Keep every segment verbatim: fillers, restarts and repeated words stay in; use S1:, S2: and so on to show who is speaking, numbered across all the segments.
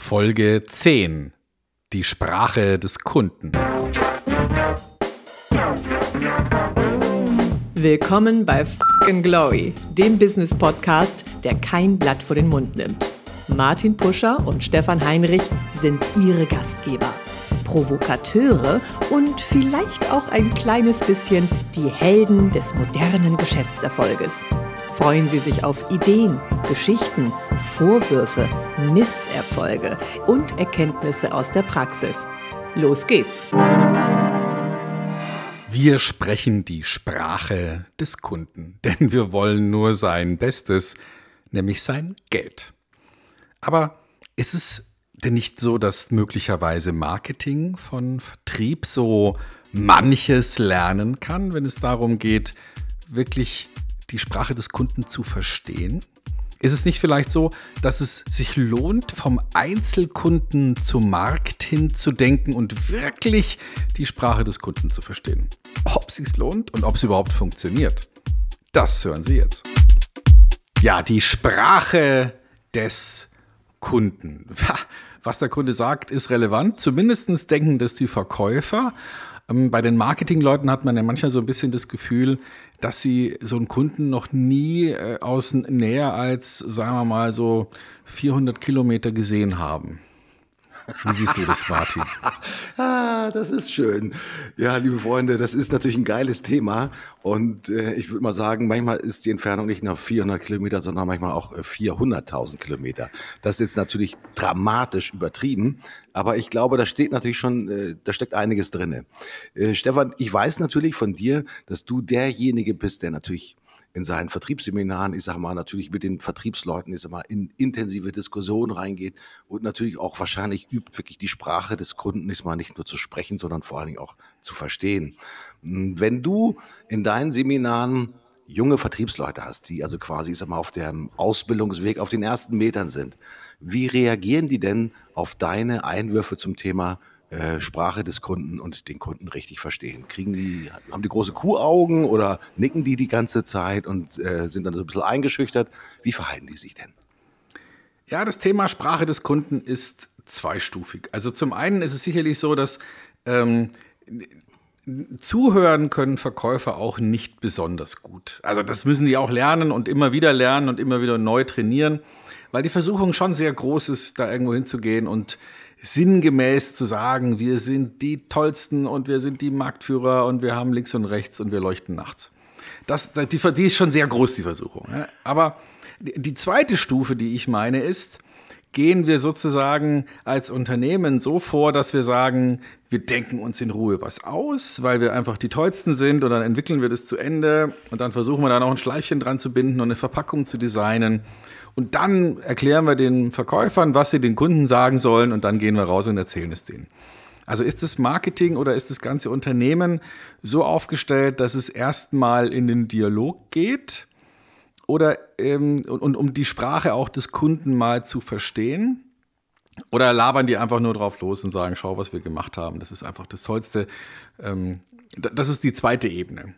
S1: Folge zehn. Die Sprache des Kunden.
S2: Willkommen bei F***ing Glory, dem Business-Podcast, der kein Blatt vor den Mund nimmt. Martin Puscher und Stefan Heinrich sind ihre Gastgeber. Provokateure und vielleicht auch ein kleines bisschen die Helden des modernen Geschäftserfolges. Freuen Sie sich auf Ideen, Geschichten, Vorwürfe, Misserfolge und Erkenntnisse aus der Praxis. Los geht's!
S1: Wir sprechen die Sprache des Kunden, denn wir wollen nur sein Bestes, nämlich sein Geld. Aber ist es denn nicht so, dass möglicherweise Marketing von Vertrieb so manches lernen kann, wenn es darum geht, wirklich die Sprache des Kunden zu verstehen? Ist es nicht vielleicht so, dass es sich lohnt, vom Einzelkunden zum Markt hinzudenken und wirklich die Sprache des Kunden zu verstehen? Ob es sich lohnt und ob es überhaupt funktioniert, das hören Sie jetzt. Ja, die Sprache des Kunden. Was der Kunde sagt, ist relevant. Zumindest denken das die Verkäufer. Bei den Marketingleuten hat man ja manchmal so ein bisschen das Gefühl, dass sie so einen Kunden noch nie aus näher als, sagen wir mal, so vierhundert Kilometer gesehen haben. Wie siehst du das, Martin?
S3: Ah, das ist schön. Ja, liebe Freunde, das ist natürlich ein geiles Thema. Und äh, ich würde mal sagen, manchmal ist die Entfernung nicht nur vierhundert Kilometer, sondern manchmal auch äh, vierhunderttausend Kilometer. Das ist jetzt natürlich dramatisch übertrieben. Aber ich glaube, da steht natürlich schon, äh, da steckt einiges drin. Äh, Stefan, ich weiß natürlich von dir, dass du derjenige bist, der natürlich in seinen Vertriebsseminaren, ich sag mal, natürlich mit den Vertriebsleuten, ich sag mal, in intensive Diskussionen reingeht und natürlich auch wahrscheinlich übt, wirklich die Sprache des Kunden, ich sag mal, nicht nur zu sprechen, sondern vor allen Dingen auch zu verstehen. Wenn du in deinen Seminaren junge Vertriebsleute hast, die also quasi, ich sag mal, auf dem Ausbildungsweg auf den ersten Metern sind, wie reagieren die denn auf deine Einwürfe zum Thema Äh, Sprache des Kunden und den Kunden richtig verstehen? Kriegen die, haben die große Kuhaugen oder nicken die die ganze Zeit und äh, sind dann so ein bisschen eingeschüchtert? Wie verhalten die sich denn?
S1: Ja, das Thema Sprache des Kunden ist zweistufig. Also zum einen ist es sicherlich so, dass ähm, zuhören können Verkäufer auch nicht besonders gut. Also das müssen die auch lernen und immer wieder lernen und immer wieder neu trainieren, weil die Versuchung schon sehr groß ist, da irgendwo hinzugehen und sinngemäß zu sagen, wir sind die Tollsten und wir sind die Marktführer und wir haben links und rechts und wir leuchten nachts. Das, die, die ist schon sehr groß, die Versuchung. Aber die zweite Stufe, die ich meine, ist, gehen wir sozusagen als Unternehmen so vor, dass wir sagen, wir denken uns in Ruhe was aus, weil wir einfach die Tollsten sind und dann entwickeln wir das zu Ende und dann versuchen wir da noch ein Schleifchen dran zu binden und eine Verpackung zu designen. Und dann erklären wir den Verkäufern, was sie den Kunden sagen sollen und dann gehen wir raus und erzählen es denen. Also ist das Marketing oder ist das ganze Unternehmen so aufgestellt, dass es erstmal in den Dialog geht oder ähm, und um die Sprache auch des Kunden mal zu verstehen? Oder labern die einfach nur drauf los und sagen, schau, was wir gemacht haben, das ist einfach das Tollste. Ähm, das ist die zweite Ebene.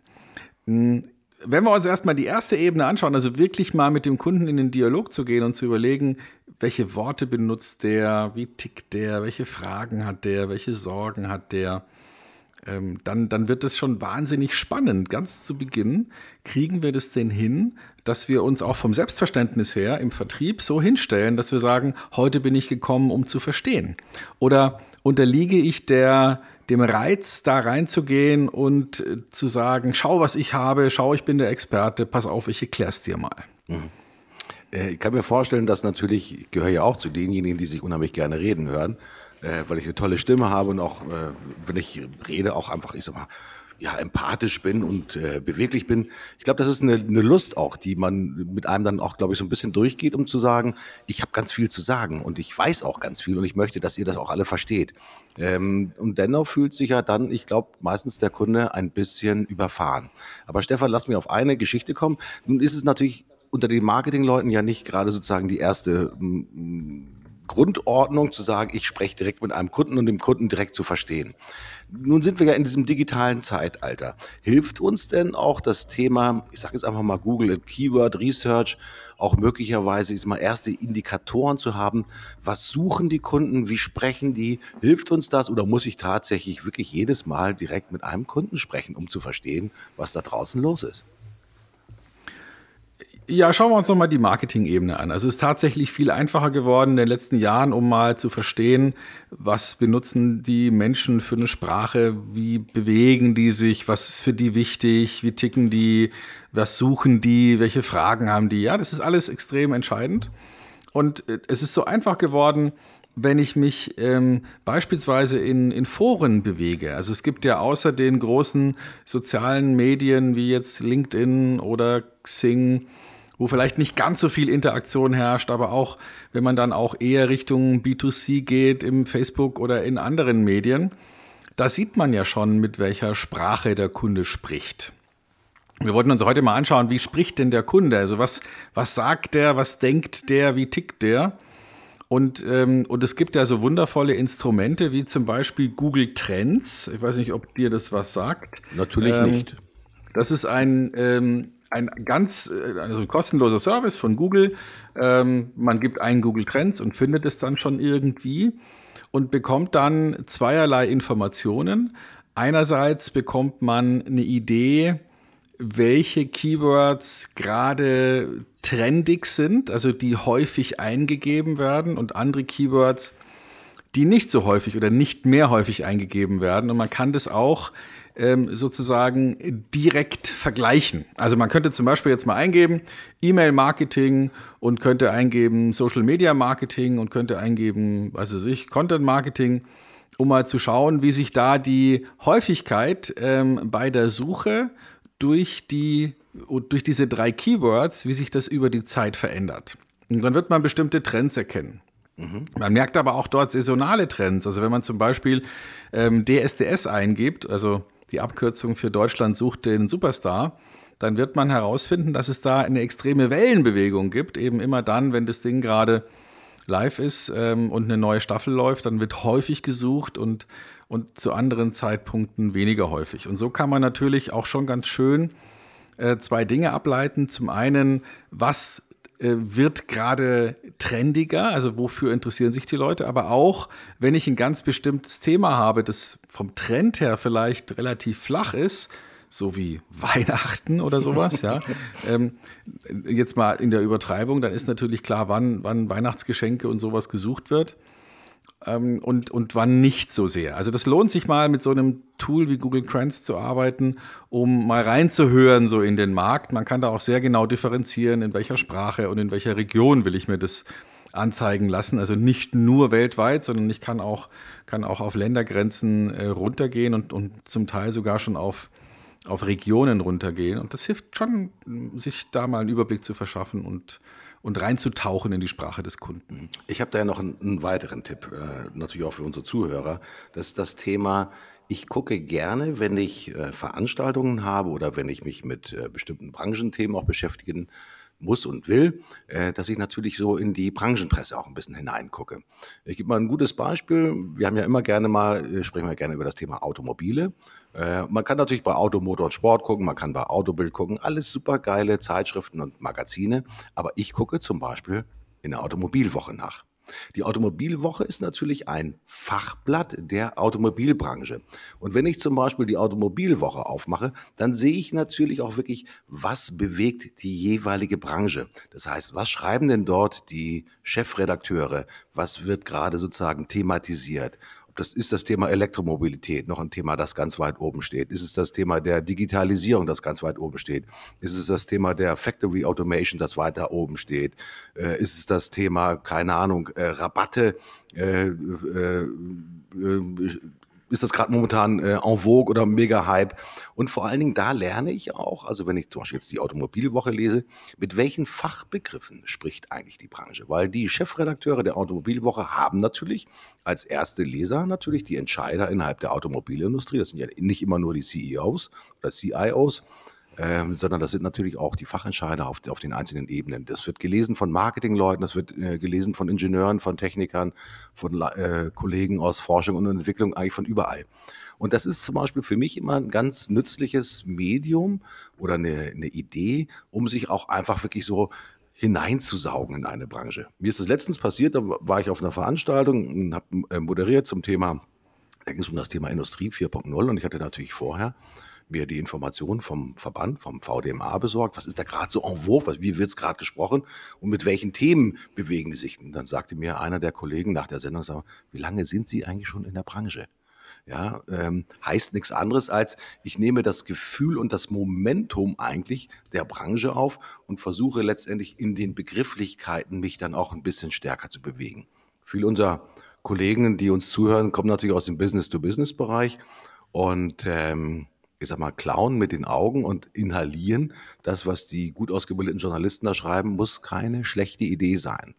S1: Wenn wir uns erstmal die erste Ebene anschauen, also wirklich mal mit dem Kunden in den Dialog zu gehen und zu überlegen, welche Worte benutzt der, wie tickt der, welche Fragen hat der, welche Sorgen hat der, ähm, dann, dann wird es schon wahnsinnig spannend. Ganz zu Beginn kriegen wir das denn hin, dass wir uns auch vom Selbstverständnis her im Vertrieb so hinstellen, dass wir sagen, heute bin ich gekommen, um zu verstehen. Oder unterliege ich der dem Reiz, da reinzugehen und äh, zu sagen, schau, was ich habe, schau, ich bin der Experte, pass auf, ich erklär's dir mal.
S3: Mhm. Äh, ich kann mir vorstellen, dass natürlich, ich gehöre ja auch zu denjenigen, die sich unheimlich gerne reden hören, äh, weil ich eine tolle Stimme habe und auch, äh, wenn ich rede, auch einfach, ich sag mal, ja, empathisch bin und äh, beweglich bin. Ich glaube, das ist eine, eine Lust auch, die man mit einem dann auch, glaube ich, so ein bisschen durchgeht, um zu sagen, ich habe ganz viel zu sagen und ich weiß auch ganz viel und ich möchte, dass ihr das auch alle versteht. Ähm, und dennoch fühlt sich ja dann, ich glaube, meistens der Kunde ein bisschen überfahren. Aber Stefan, lass mich auf eine Geschichte kommen. Nun ist es natürlich unter den Marketingleuten ja nicht gerade sozusagen die erste m, Grundordnung zu sagen, ich spreche direkt mit einem Kunden und dem Kunden direkt zu verstehen. Nun sind wir ja in diesem digitalen Zeitalter. Hilft uns denn auch das Thema, ich sage jetzt einfach mal Google Keyword Research, auch möglicherweise ist mal erste Indikatoren zu haben, was suchen die Kunden, wie sprechen die, hilft uns das oder muss ich tatsächlich wirklich jedes Mal direkt mit einem Kunden sprechen, um zu verstehen, was da draußen los ist?
S1: Ja, schauen wir uns nochmal die Marketing-Ebene an. Also es ist tatsächlich viel einfacher geworden in den letzten Jahren, um mal zu verstehen, was benutzen die Menschen für eine Sprache, wie bewegen die sich, was ist für die wichtig, wie ticken die, was suchen die, welche Fragen haben die. Ja, das ist alles extrem entscheidend. Und äh, es ist so einfach geworden, wenn ich mich ähm, beispielsweise in, in Foren bewege. Also es gibt ja außer den großen sozialen Medien wie jetzt LinkedIn oder Xing, wo vielleicht nicht ganz so viel Interaktion herrscht, aber auch, wenn man dann auch eher Richtung B zwei C geht, im Facebook oder in anderen Medien, da sieht man ja schon, mit welcher Sprache der Kunde spricht. Wir wollten uns heute mal anschauen, wie spricht denn der Kunde? Also was, was sagt der, was denkt der, wie tickt der? Und, ähm, und es gibt ja so wundervolle Instrumente, wie zum Beispiel Google Trends. Ich weiß nicht, ob dir das was sagt.
S3: Natürlich
S1: ähm,
S3: nicht.
S1: Das ist ein... Ähm, Ein ganz also ein kostenloser Service von Google. Ähm, man gibt ein Google Trends und findet es dann schon irgendwie und bekommt dann zweierlei Informationen. Einerseits bekommt man eine Idee, welche Keywords gerade trendig sind, also die häufig eingegeben werden und andere Keywords, die nicht so häufig oder nicht mehr häufig eingegeben werden. Und man kann das auch ähm, sozusagen direkt vergleichen. Also man könnte zum Beispiel jetzt mal eingeben E-Mail-Marketing und könnte eingeben Social-Media-Marketing und könnte eingeben, was weiß ich, Content-Marketing, um mal zu schauen, wie sich da die Häufigkeit ähm, bei der Suche durch die durch diese drei Keywords, wie sich das über die Zeit verändert. Und dann wird man bestimmte Trends erkennen. Man merkt aber auch dort saisonale Trends. Also wenn man zum Beispiel ähm, D S D S eingibt, also die Abkürzung für Deutschland sucht den Superstar, dann wird man herausfinden, dass es da eine extreme Wellenbewegung gibt. Eben immer dann, wenn das Ding gerade live ist ähm, und eine neue Staffel läuft, dann wird häufig gesucht und, und zu anderen Zeitpunkten weniger häufig. Und so kann man natürlich auch schon ganz schön äh, zwei Dinge ableiten. Zum einen, was wird gerade trendiger, also wofür interessieren sich die Leute, aber auch, wenn ich ein ganz bestimmtes Thema habe, das vom Trend her vielleicht relativ flach ist, so wie Weihnachten oder sowas, ja, ähm, jetzt mal in der Übertreibung, dann ist natürlich klar, wann, wann Weihnachtsgeschenke und sowas gesucht wird. Und, und wann nicht so sehr. Also das lohnt sich mal, mit so einem Tool wie Google Trends zu arbeiten, um mal reinzuhören so in den Markt. Man kann da auch sehr genau differenzieren, in welcher Sprache und in welcher Region will ich mir das anzeigen lassen. Also nicht nur weltweit, sondern ich kann auch, kann auch auf Ländergrenzen äh, runtergehen und, und zum Teil sogar schon auf, auf Regionen runtergehen. Und das hilft schon, sich da mal einen Überblick zu verschaffen und und reinzutauchen in die Sprache des Kunden.
S3: Ich habe da ja noch einen, einen weiteren Tipp, äh, natürlich auch für unsere Zuhörer. Das ist das Thema, ich gucke gerne, wenn ich äh, Veranstaltungen habe oder wenn ich mich mit äh, bestimmten Branchenthemen auch beschäftigen muss und will, äh, dass ich natürlich so in die Branchenpresse auch ein bisschen hineingucke. Ich gebe mal ein gutes Beispiel. Wir haben ja immer gerne mal, äh, sprechen wir gerne über das Thema Automobile. Äh, man kann natürlich bei Auto, Motor und Sport gucken, man kann bei Autobild gucken, alles super geile Zeitschriften und Magazine. Aber ich gucke zum Beispiel in der Automobilwoche nach. Die Automobilwoche ist natürlich ein Fachblatt der Automobilbranche. Und wenn ich zum Beispiel die Automobilwoche aufmache, dann sehe ich natürlich auch wirklich, was bewegt die jeweilige Branche. Das heißt, was schreiben denn dort die Chefredakteure? Was wird gerade sozusagen thematisiert? Das ist das Thema Elektromobilität, noch ein Thema, das ganz weit oben steht. Ist es das Thema der Digitalisierung, das ganz weit oben steht? Ist es das Thema der Factory Automation, das weiter oben steht? Äh, ist es das Thema, keine Ahnung, äh, Rabatte? Äh, äh, äh, ist das gerade momentan äh, en vogue oder mega Hype? Und vor allen Dingen, da lerne ich auch, also wenn ich zum Beispiel jetzt die Automobilwoche lese, mit welchen Fachbegriffen spricht eigentlich die Branche? Weil die Chefredakteure der Automobilwoche haben natürlich als erste Leser natürlich die Entscheider innerhalb der Automobilindustrie. Das sind ja nicht immer nur die C E Os oder C I Os. ähm, sondern das sind natürlich auch die Fachentscheider auf, auf den einzelnen Ebenen. Das wird gelesen von Marketingleuten, das wird äh, gelesen von Ingenieuren, von Technikern, von äh, Kollegen aus Forschung und Entwicklung, eigentlich von überall. Und das ist zum Beispiel für mich immer ein ganz nützliches Medium oder eine, eine Idee, um sich auch einfach wirklich so hineinzusaugen in eine Branche. Mir ist das letztens passiert, da war ich auf einer Veranstaltung und habe moderiert zum Thema, da ging es um das Thema Industrie vier Punkt null und ich hatte natürlich vorher mir die Informationen vom Verband, vom V D M A besorgt. Was ist da gerade so en vogue? Wie wird es gerade gesprochen? Und mit welchen Themen bewegen die sich? Und dann sagte mir einer der Kollegen nach der Sendung, sag, wie lange sind Sie eigentlich schon in der Branche? Ja, ähm, heißt nichts anderes als, ich nehme das Gefühl und das Momentum eigentlich der Branche auf und versuche letztendlich in den Begrifflichkeiten mich dann auch ein bisschen stärker zu bewegen. Viele unserer Kollegen, die uns zuhören, kommen natürlich aus dem Business-to-Business-Bereich und ähm, ich sag mal, klauen mit den Augen und inhalieren. Das, was die gut ausgebildeten Journalisten da schreiben, muss keine schlechte Idee sein.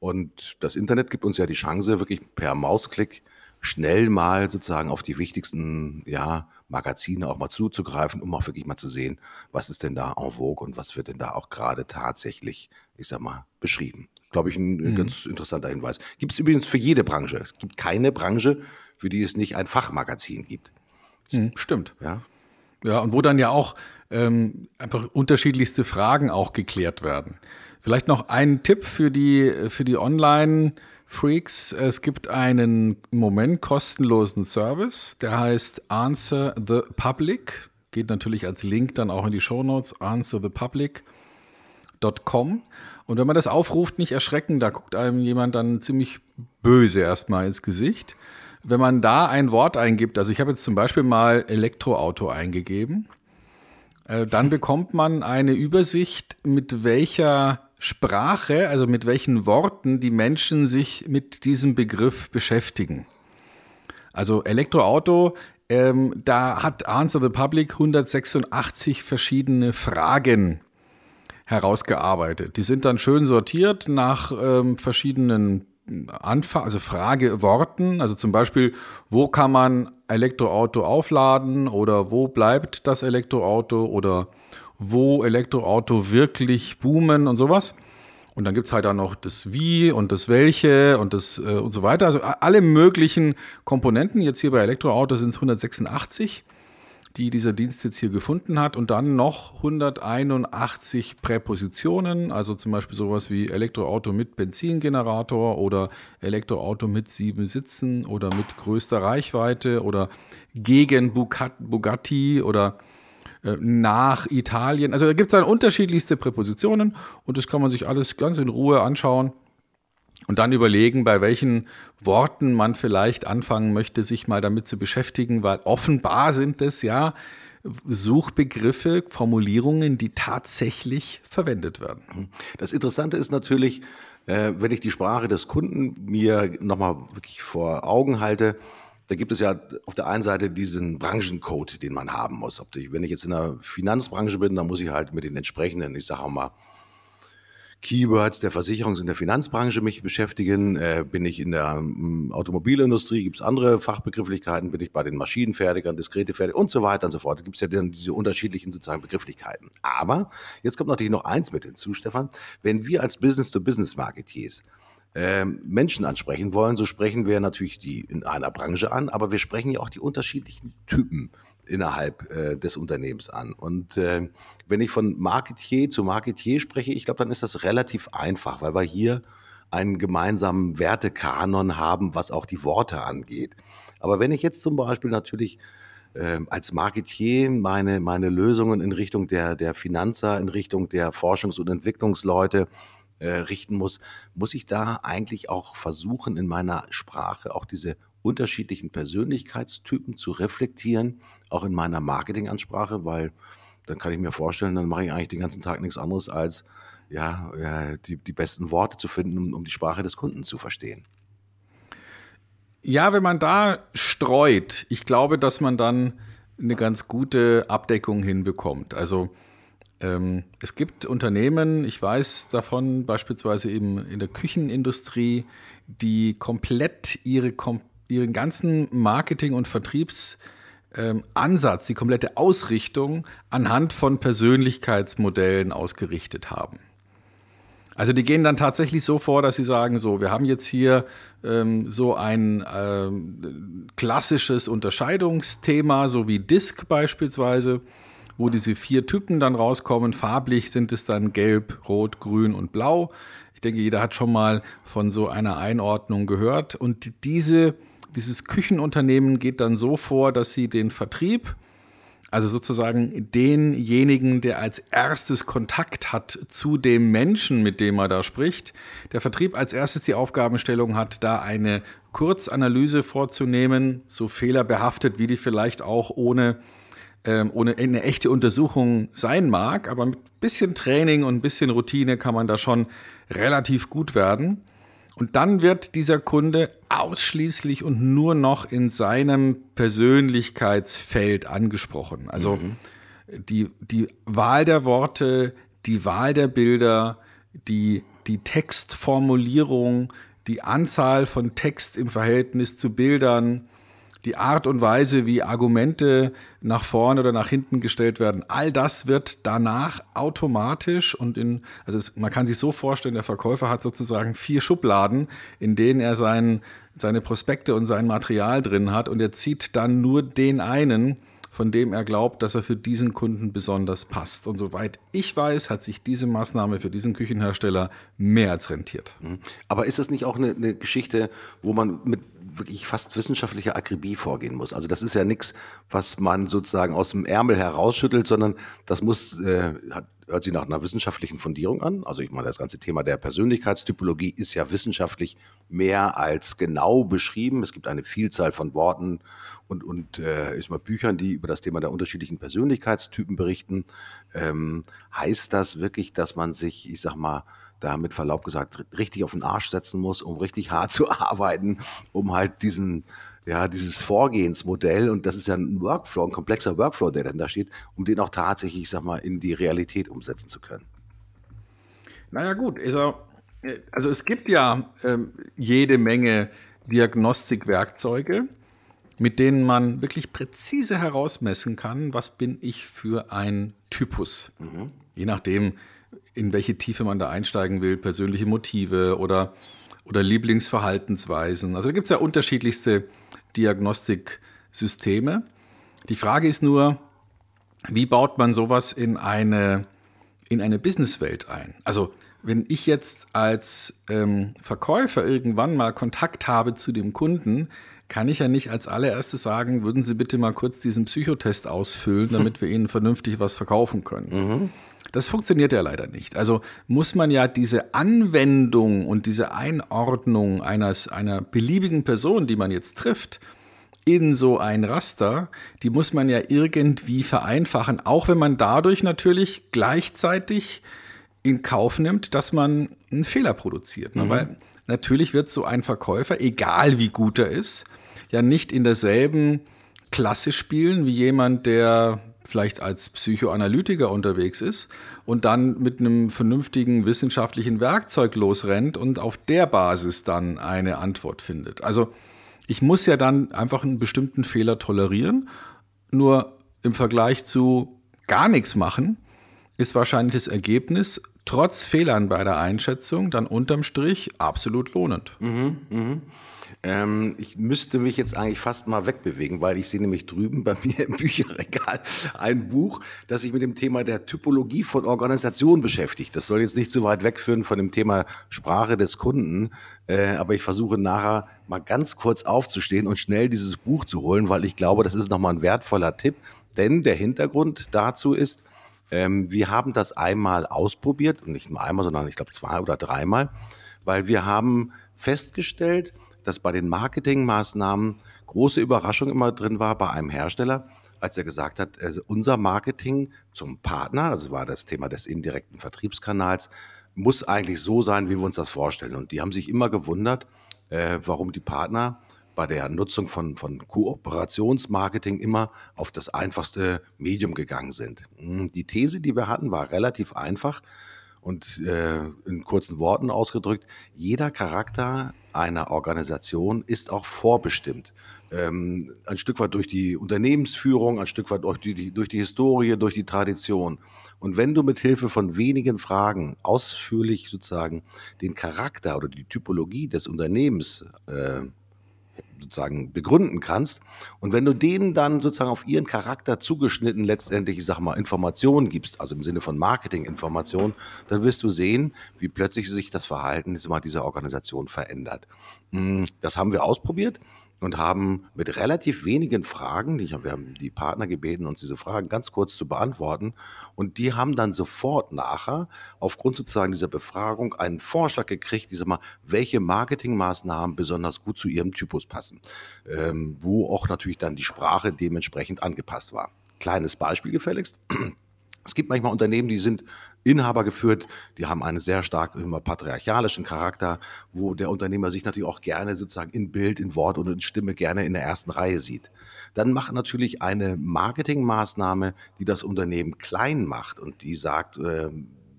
S3: Und das Internet gibt uns ja die Chance, wirklich per Mausklick schnell mal sozusagen auf die wichtigsten ja, Magazine auch mal zuzugreifen, um auch wirklich mal zu sehen, was ist denn da en vogue und was wird denn da auch gerade tatsächlich, ich sag mal, beschrieben. Glaube ich, ein mhm. ganz interessanter Hinweis. Gibt es übrigens für jede Branche. Es gibt keine Branche, für die es nicht ein Fachmagazin gibt.
S1: Mhm, stimmt.
S3: Ja.
S1: Ja, und wo dann ja auch ähm, einfach unterschiedlichste Fragen auch geklärt werden. Vielleicht noch ein Tipp für die, für die Online-Freaks. Es gibt einen im Moment kostenlosen Service, der heißt Answer the Public. Geht natürlich als Link dann auch in die Shownotes, answer the public dot com. Und wenn man das aufruft, nicht erschrecken, da guckt einem jemand dann ziemlich böse erstmal ins Gesicht. Wenn man da ein Wort eingibt, also ich habe jetzt zum Beispiel mal Elektroauto eingegeben, äh, dann bekommt man eine Übersicht, mit welcher Sprache, also mit welchen Worten die Menschen sich mit diesem Begriff beschäftigen. Also Elektroauto, ähm, da hat Answer the Public hundertsechsundachtzig verschiedene Fragen herausgearbeitet. Die sind dann schön sortiert nach ähm, verschiedenen Anfang, also Frageworten, also zum Beispiel, wo kann man Elektroauto aufladen oder wo bleibt das Elektroauto oder wo Elektroauto wirklich boomen und sowas. Und dann gibt es halt auch noch das Wie und das Welche und das äh, und so weiter. Also alle möglichen Komponenten. Jetzt hier bei Elektroauto sind es hundertsechsundachtzig, die dieser Dienst jetzt hier gefunden hat, und dann noch hunderteinundachtzig Präpositionen, also zum Beispiel sowas wie Elektroauto mit Benzingenerator oder Elektroauto mit sieben Sitzen oder mit größter Reichweite oder gegen Bugatti oder äh, nach Italien. Also da gibt es dann unterschiedlichste Präpositionen und das kann man sich alles ganz in Ruhe anschauen. Und dann überlegen, bei welchen Worten man vielleicht anfangen möchte, sich mal damit zu beschäftigen, weil offenbar sind es ja Suchbegriffe, Formulierungen, die tatsächlich verwendet werden.
S3: Das Interessante ist natürlich, äh, wenn ich die Sprache des Kunden mir nochmal wirklich vor Augen halte, da gibt es ja auf der einen Seite diesen Branchencode, den man haben muss. Ob die, wenn ich jetzt in der Finanzbranche bin, dann muss ich halt mit den entsprechenden, ich sage auch mal, Keywords der Versicherungs- und der Finanzbranche mich beschäftigen. Äh, bin ich in der ähm, Automobilindustrie, gibt es andere Fachbegrifflichkeiten, bin ich bei den Maschinenfertigern, diskrete Fertiger und so weiter und so fort. Da gibt es ja dann diese unterschiedlichen sozusagen Begrifflichkeiten. Aber jetzt kommt natürlich noch eins mit hinzu, Stefan. Wenn wir als Business-to-Business-Marketeers äh, Menschen ansprechen wollen, so sprechen wir natürlich die in einer Branche an, aber wir sprechen ja auch die unterschiedlichen Typen innerhalb äh, des Unternehmens an. Und äh, wenn ich von Marketier zu Marketier spreche, ich glaube, dann ist das relativ einfach, weil wir hier einen gemeinsamen Wertekanon haben, was auch die Worte angeht. Aber wenn ich jetzt zum Beispiel natürlich äh, als Marketier meine, meine Lösungen in Richtung der, der Finanzer, in Richtung der Forschungs- und Entwicklungsleute äh, richten muss, muss ich da eigentlich auch versuchen, in meiner Sprache auch diese unterschiedlichen Persönlichkeitstypen zu reflektieren, auch in meiner Marketingansprache, weil dann kann ich mir vorstellen, dann mache ich eigentlich den ganzen Tag nichts anderes, als ja, ja, die, die besten Worte zu finden, um, um die Sprache des Kunden zu verstehen.
S1: Ja, wenn man da streut, ich glaube, dass man dann eine ganz gute Abdeckung hinbekommt. Also ähm, es gibt Unternehmen, ich weiß davon, beispielsweise eben in der Küchenindustrie, die komplett ihre, kom- ihren ganzen Marketing- und Vertriebsbereich ähm, Ansatz, die komplette Ausrichtung anhand von Persönlichkeitsmodellen ausgerichtet haben. Also die gehen dann tatsächlich so vor, dass sie sagen, so, wir haben jetzt hier ähm, so ein ähm, klassisches Unterscheidungsthema, so wie D I S C beispielsweise, wo diese vier Typen dann rauskommen. Farblich sind es dann gelb, rot, grün und blau. Ich denke, jeder hat schon mal von so einer Einordnung gehört. Und diese, dieses Küchenunternehmen geht dann so vor, dass sie den Vertrieb, also sozusagen denjenigen, der als erstes Kontakt hat zu dem Menschen, mit dem er da spricht, der Vertrieb als erstes die Aufgabenstellung hat, da eine Kurzanalyse vorzunehmen, so fehlerbehaftet, wie die vielleicht auch ohne, ähm, ohne eine echte Untersuchung sein mag. Aber mit ein bisschen Training und ein bisschen Routine kann man da schon relativ gut werden. Und dann wird dieser Kunde ausschließlich und nur noch in seinem Persönlichkeitsfeld angesprochen. Also mhm. die, die Wahl der Worte, die Wahl der Bilder, die, die Textformulierung, die Anzahl von Text im Verhältnis zu Bildern, die Art und Weise, wie Argumente nach vorne oder nach hinten gestellt werden, all das wird danach automatisch und in, also es, man kann sich so vorstellen, der Verkäufer hat sozusagen vier Schubladen, in denen er sein, seine Prospekte und sein Material drin hat und er zieht dann nur den einen, von dem er glaubt, dass er für diesen Kunden besonders passt. Und soweit ich weiß, hat sich diese Maßnahme für diesen Küchenhersteller mehr als rentiert.
S3: Aber ist das nicht auch eine, eine Geschichte, wo man mit wirklich fast wissenschaftlicher Akribie vorgehen muss? Also das ist ja nichts, was man sozusagen aus dem Ärmel herausschüttelt, sondern das muss, äh, hat, hört sich nach einer wissenschaftlichen Fundierung an. Also ich meine, das ganze Thema der Persönlichkeitstypologie ist ja wissenschaftlich mehr als genau beschrieben. Es gibt eine Vielzahl von Worten und, und äh, ich mal Büchern, die über das Thema der unterschiedlichen Persönlichkeitstypen berichten. Ähm, heißt das wirklich, dass man sich, ich sag mal, da mit Verlaub gesagt, richtig auf den Arsch setzen muss, um richtig hart zu arbeiten, um halt diesen, ja, dieses Vorgehensmodell, und das ist ja ein Workflow, ein komplexer Workflow, der dann da steht, um den auch tatsächlich, ich sag mal, in die Realität umsetzen zu können.
S1: Naja gut, also, also es gibt ja ähm, jede Menge Diagnostikwerkzeuge, mit denen man wirklich präzise herausmessen kann, was bin ich für ein Typus. Mhm. Je nachdem, in welche Tiefe man da einsteigen will, persönliche Motive oder, oder Lieblingsverhaltensweisen. Also da gibt es ja unterschiedlichste Diagnostiksysteme. Die Frage ist nur, wie baut man sowas in eine, in eine Businesswelt ein? Also wenn ich jetzt als ähm, Verkäufer irgendwann mal Kontakt habe zu dem Kunden, kann ich ja nicht als allererstes sagen, würden Sie bitte mal kurz diesen Psychotest ausfüllen, damit wir Ihnen vernünftig was verkaufen können. Mhm. Das funktioniert ja leider nicht. Also muss man ja diese Anwendung und diese Einordnung eines, einer beliebigen Person, die man jetzt trifft, in so ein Raster, die muss man ja irgendwie vereinfachen, auch wenn man dadurch natürlich gleichzeitig in Kauf nimmt, dass man einen Fehler produziert. Ne? Mhm. Weil natürlich wird so ein Verkäufer, egal wie gut er ist, ja nicht in derselben Klasse spielen wie jemand, der vielleicht als Psychoanalytiker unterwegs ist und dann mit einem vernünftigen wissenschaftlichen Werkzeug losrennt und auf der Basis dann eine Antwort findet. Also ich muss ja dann einfach einen bestimmten Fehler tolerieren, nur im Vergleich zu gar nichts machen, ist wahrscheinlich das Ergebnis trotz Fehlern bei der Einschätzung dann unterm Strich absolut lohnend.
S3: Mhm, mh. Ähm, ich müsste mich jetzt eigentlich fast mal wegbewegen, weil ich sehe nämlich drüben bei mir im Bücherregal ein Buch, das sich mit dem Thema der Typologie von Organisationen beschäftigt. Das soll jetzt nicht so weit wegführen von dem Thema Sprache des Kunden, äh, aber ich versuche nachher mal ganz kurz aufzustehen und schnell dieses Buch zu holen, weil ich glaube, das ist nochmal ein wertvoller Tipp, denn der Hintergrund dazu ist, ähm, wir haben das einmal ausprobiert, und nicht nur einmal, sondern ich glaube zwei oder dreimal, weil wir haben festgestellt, dass bei den Marketingmaßnahmen große Überraschung immer drin war bei einem Hersteller, als er gesagt hat, also unser Marketing zum Partner, also war das Thema des indirekten Vertriebskanals, muss eigentlich so sein, wie wir uns das vorstellen. Und die haben sich immer gewundert, äh, warum die Partner bei der Nutzung von, von Kooperationsmarketing immer auf das einfachste Medium gegangen sind. Die These, die wir hatten, war relativ einfach. Und äh, in kurzen Worten ausgedrückt, jeder Charakter einer Organisation ist auch vorbestimmt. Ähm, ein Stück weit durch die Unternehmensführung, ein Stück weit durch die, durch die Historie, durch die Tradition. Und wenn du mit Hilfe von wenigen Fragen ausführlich sozusagen den Charakter oder die Typologie des Unternehmens äh, sozusagen begründen kannst. Und wenn du denen dann sozusagen auf ihren Charakter zugeschnitten letztendlich, ich sag mal, Informationen gibst, also im Sinne von Marketinginformationen, dann wirst du sehen, wie plötzlich sich das Verhalten dieser Organisation verändert. Das haben wir ausprobiert und haben mit relativ wenigen Fragen, die, wir haben die Partner gebeten, uns diese Fragen ganz kurz zu beantworten, und die haben dann sofort nachher aufgrund sozusagen dieser Befragung einen Vorschlag gekriegt, diese mal, welche Marketingmaßnahmen besonders gut zu ihrem Typus passen, ähm, wo auch natürlich dann die Sprache dementsprechend angepasst war. Kleines Beispiel gefälligst. Es gibt manchmal Unternehmen, die sind Inhaber geführt, die haben einen sehr stark immer patriarchalischen Charakter, wo der Unternehmer sich natürlich auch gerne sozusagen in Bild, in Wort und in Stimme gerne in der ersten Reihe sieht. Dann macht natürlich eine Marketingmaßnahme, die das Unternehmen klein macht und die sagt, äh,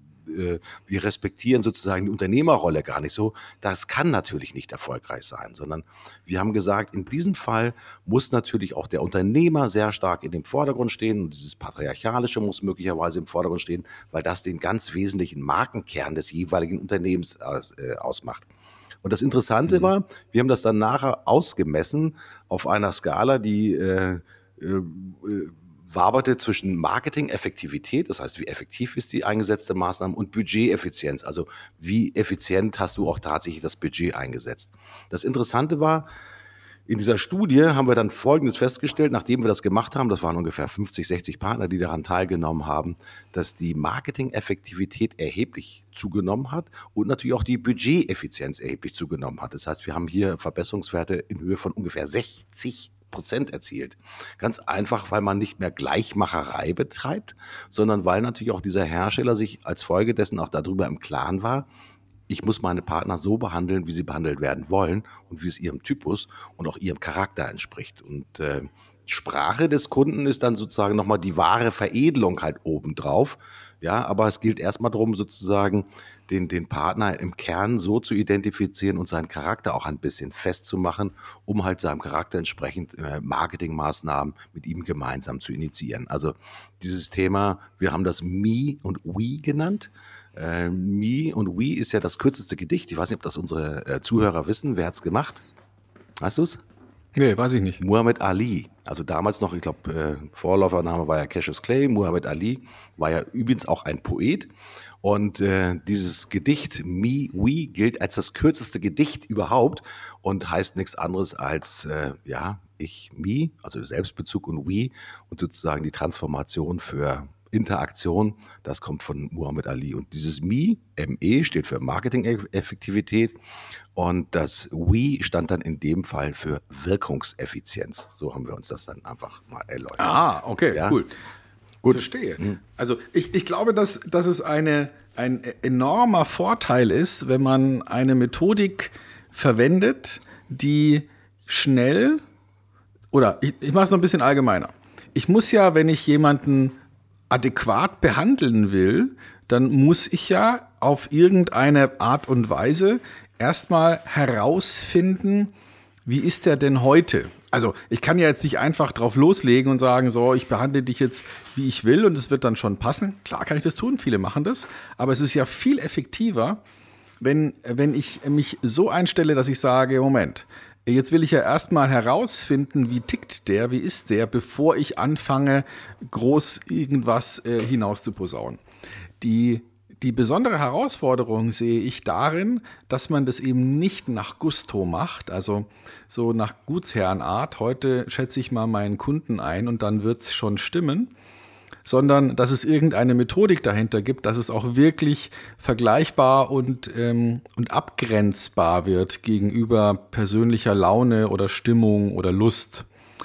S3: wir respektieren sozusagen die Unternehmerrolle gar nicht so. Das kann natürlich nicht erfolgreich sein, sondern wir haben gesagt, in diesem Fall muss natürlich auch der Unternehmer sehr stark in dem Vordergrund stehen und dieses Patriarchalische muss möglicherweise im Vordergrund stehen, weil das den ganz wesentlichen Markenkern des jeweiligen Unternehmens äh, ausmacht. Und das Interessante mhm. war, wir haben das dann nachher ausgemessen auf einer Skala, die äh, äh, waberte zwischen Marketing-Effektivität, das heißt, wie effektiv ist die eingesetzte Maßnahme, und Budgeteffizienz, also wie effizient hast du auch tatsächlich das Budget eingesetzt. Das Interessante war, in dieser Studie haben wir dann Folgendes festgestellt, nachdem wir das gemacht haben, das waren ungefähr fünfzig, sechzig Partner, die daran teilgenommen haben, dass die Marketing-Effektivität erheblich zugenommen hat und natürlich auch die Budgeteffizienz erheblich zugenommen hat. Das heißt, wir haben hier Verbesserungswerte in Höhe von ungefähr sechzig Prozent erzielt. Ganz einfach, weil man nicht mehr Gleichmacherei betreibt, sondern weil natürlich auch dieser Hersteller sich als Folge dessen auch darüber im Klaren war, ich muss meine Partner so behandeln, wie sie behandelt werden wollen und wie es ihrem Typus und auch ihrem Charakter entspricht. Und äh, Sprache des Kunden ist dann sozusagen nochmal die wahre Veredelung halt obendrauf. Ja, aber es gilt erstmal darum, sozusagen den, den Partner im Kern so zu identifizieren und seinen Charakter auch ein bisschen festzumachen, um halt seinem Charakter entsprechend äh, Marketingmaßnahmen mit ihm gemeinsam zu initiieren. Also dieses Thema, wir haben das Me und We genannt. Äh, Me und We ist ja das kürzeste Gedicht. Ich weiß nicht, ob das unsere äh, Zuhörer wissen. Wer hat's gemacht? Weißt du's?
S1: Nee, weiß ich nicht.
S3: Muhammad Ali, also damals noch, ich glaube, äh, Vorläufername war ja Cassius Clay. Muhammad Ali war ja übrigens auch ein Poet. Und äh, dieses Gedicht Me, We gilt als das kürzeste Gedicht überhaupt und heißt nichts anderes als, äh, ja, ich, Me, also Selbstbezug, und We und sozusagen die Transformation für Interaktion, das kommt von Muhammad Ali. Und dieses Me, M E, steht für Marketing-Effektivität und das We stand dann in dem Fall für Wirkungseffizienz. So haben wir uns das dann einfach mal erläutert.
S1: Ah, okay, ja? Cool.
S3: Gut.
S1: Verstehe. Hm. Also ich, ich glaube, dass, dass es eine, ein enormer Vorteil ist, wenn man eine Methodik verwendet, die schnell, oder ich, ich mache es noch ein bisschen allgemeiner. Ich muss ja, wenn ich jemanden adäquat behandeln will, dann muss ich ja auf irgendeine Art und Weise erstmal herausfinden, wie ist der denn heute? Also ich kann ja jetzt nicht einfach drauf loslegen und sagen, so, ich behandle dich jetzt, wie ich will und es wird dann schon passen. Klar kann ich das tun, viele machen das, aber es ist ja viel effektiver, wenn, wenn ich mich so einstelle, dass ich sage, Moment, jetzt will ich ja erstmal herausfinden, wie tickt der, wie ist der, bevor ich anfange, groß irgendwas äh, hinaus zu posaunen. Die Die besondere Herausforderung sehe ich darin, dass man das eben nicht nach Gusto macht, also so nach Gutsherrenart, heute schätze ich mal meinen Kunden ein und dann wird es schon stimmen, sondern dass es irgendeine Methodik dahinter gibt, dass es auch wirklich vergleichbar und, ähm, und abgrenzbar wird gegenüber persönlicher Laune oder Stimmung oder Lust.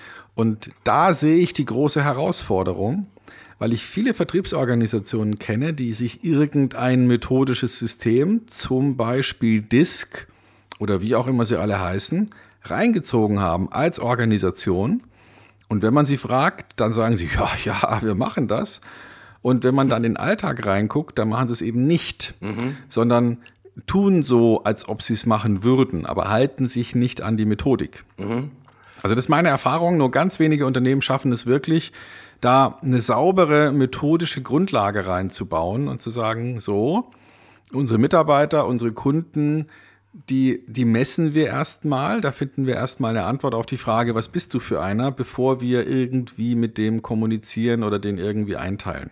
S1: Und da sehe ich die große Herausforderung, weil ich viele Vertriebsorganisationen kenne, die sich irgendein methodisches System, zum Beispiel D I S C oder wie auch immer sie alle heißen, reingezogen haben als Organisation. Und wenn man sie fragt, dann sagen sie, ja, ja, wir machen das. Und wenn man dann in den Alltag reinguckt, dann machen sie es eben nicht,
S3: Mhm.
S1: sondern tun so, als ob sie es machen würden, aber halten sich nicht an die Methodik.
S3: Mhm.
S1: Also das ist meine Erfahrung, nur ganz wenige Unternehmen schaffen es wirklich, da eine saubere methodische Grundlage reinzubauen und zu sagen, so, unsere Mitarbeiter, unsere Kunden, die, die messen wir erstmal, da finden wir erstmal eine Antwort auf die Frage, was bist du für einer, bevor wir irgendwie mit dem kommunizieren oder den irgendwie einteilen.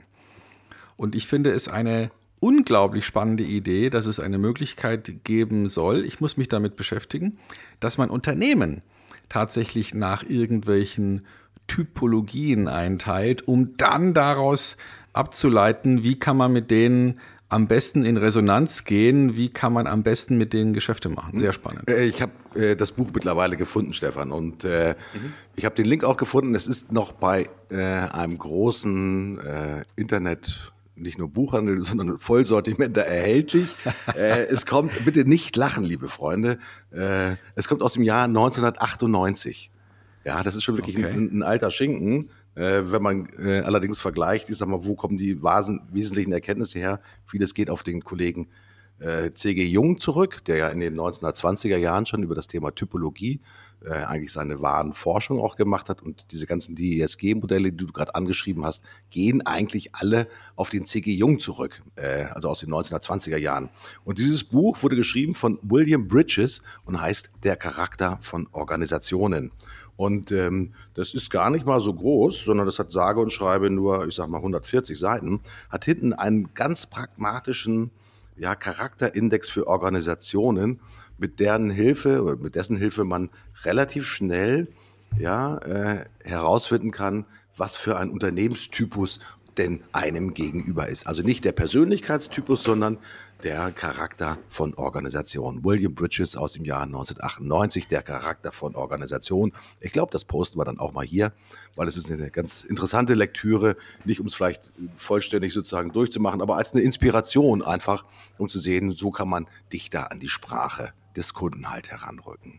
S1: Und ich finde es eine unglaublich spannende Idee, dass es eine Möglichkeit geben soll, ich muss mich damit beschäftigen, dass man Unternehmen tatsächlich nach irgendwelchen Typologien einteilt, um dann daraus abzuleiten, wie kann man mit denen am besten in Resonanz gehen, wie kann man am besten mit denen Geschäfte machen. Sehr spannend.
S3: Äh, Ich habe äh, das Buch mittlerweile gefunden, Stefan, und äh, mhm. ich habe den Link auch gefunden. Es ist noch bei äh, einem großen äh, Internet, nicht nur Buchhandel, sondern Vollsortiment da erhältlich. äh, es kommt, bitte nicht lachen, liebe Freunde, äh, es kommt aus dem Jahr neunzehnhundertachtundneunzig. Ja, das ist schon wirklich
S1: Okay.
S3: ein, ein alter Schinken. Äh, wenn man äh, allerdings vergleicht, ich sag mal, wo kommen die wasen, wesentlichen Erkenntnisse her? Vieles geht auf den Kollegen äh, C G Jung zurück, der ja in den neunzehnhundertzwanziger Jahren schon über das Thema Typologie äh, eigentlich seine wahren Forschung auch gemacht hat. Und diese ganzen D E S G-Modelle, die du gerade angeschrieben hast, gehen eigentlich alle auf den C G Jung zurück, äh, also aus den neunzehnhundertzwanziger Jahren. Und dieses Buch wurde geschrieben von William Bridges und heißt Der Charakter von Organisationen. Und ähm, das ist gar nicht mal so groß, sondern das hat sage und schreibe nur, ich sag mal, hundertvierzig Seiten, hat hinten einen ganz pragmatischen ja, Charakterindex für Organisationen, mit deren Hilfe oder mit dessen Hilfe man relativ schnell ja, äh, herausfinden kann, was für ein Unternehmenstypus denn einem gegenüber ist. Also nicht der Persönlichkeitstypus, sondern der Charakter von Organisation. William Bridges aus dem Jahr neunzehnhundertachtundneunzig, der Charakter von Organisation. Ich glaube, das posten wir dann auch mal hier, weil es ist eine ganz interessante Lektüre, nicht um es vielleicht vollständig sozusagen durchzumachen, aber als eine Inspiration einfach, um zu sehen, so kann man dichter an die Sprache des Kunden halt heranrücken.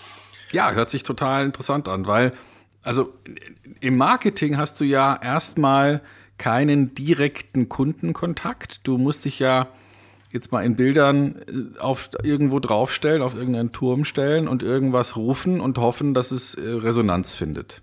S1: Ja, hört sich total interessant an, weil also im Marketing hast du ja erstmal keinen direkten Kundenkontakt. Du musst dich ja jetzt mal in Bildern auf irgendwo draufstellen, auf irgendeinen Turm stellen und irgendwas rufen und hoffen, dass es Resonanz findet.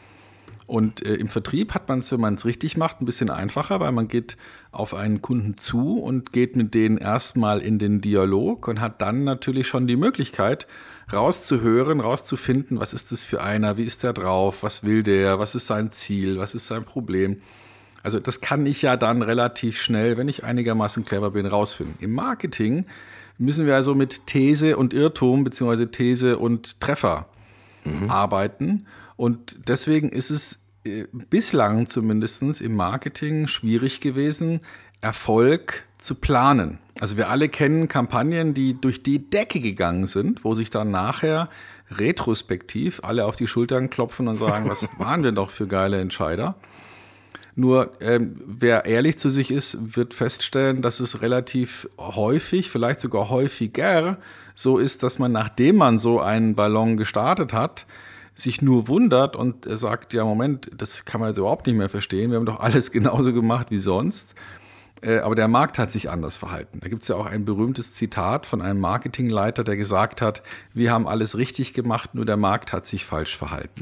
S1: Und äh, im Vertrieb hat man es, wenn man es richtig macht, ein bisschen einfacher, weil man geht auf einen Kunden zu und geht mit denen erstmal in den Dialog und hat dann natürlich schon die Möglichkeit, rauszuhören, rauszufinden, was ist das für einer, wie ist der drauf, was will der, was ist sein Ziel, was ist sein Problem. Also das kann ich ja dann relativ schnell, wenn ich einigermaßen clever bin, rausfinden. Im Marketing müssen wir also mit These und Irrtum beziehungsweise These und Treffer mhm. arbeiten. Und deswegen ist es äh, bislang zumindest im Marketing schwierig gewesen, Erfolg zu planen. Also wir alle kennen Kampagnen, die durch die Decke gegangen sind, wo sich dann nachher retrospektiv alle auf die Schultern klopfen und sagen, was waren wir doch für geile Entscheider. Nur ähm, wer ehrlich zu sich ist, wird feststellen, dass es relativ häufig, vielleicht sogar häufiger so ist, dass man, nachdem man so einen Ballon gestartet hat, sich nur wundert und sagt, ja Moment, das kann man jetzt überhaupt nicht mehr verstehen, wir haben doch alles genauso gemacht wie sonst. Äh, aber der Markt hat sich anders verhalten. Da gibt es ja auch ein berühmtes Zitat von einem Marketingleiter, der gesagt hat, wir haben alles richtig gemacht, nur der Markt hat sich falsch verhalten.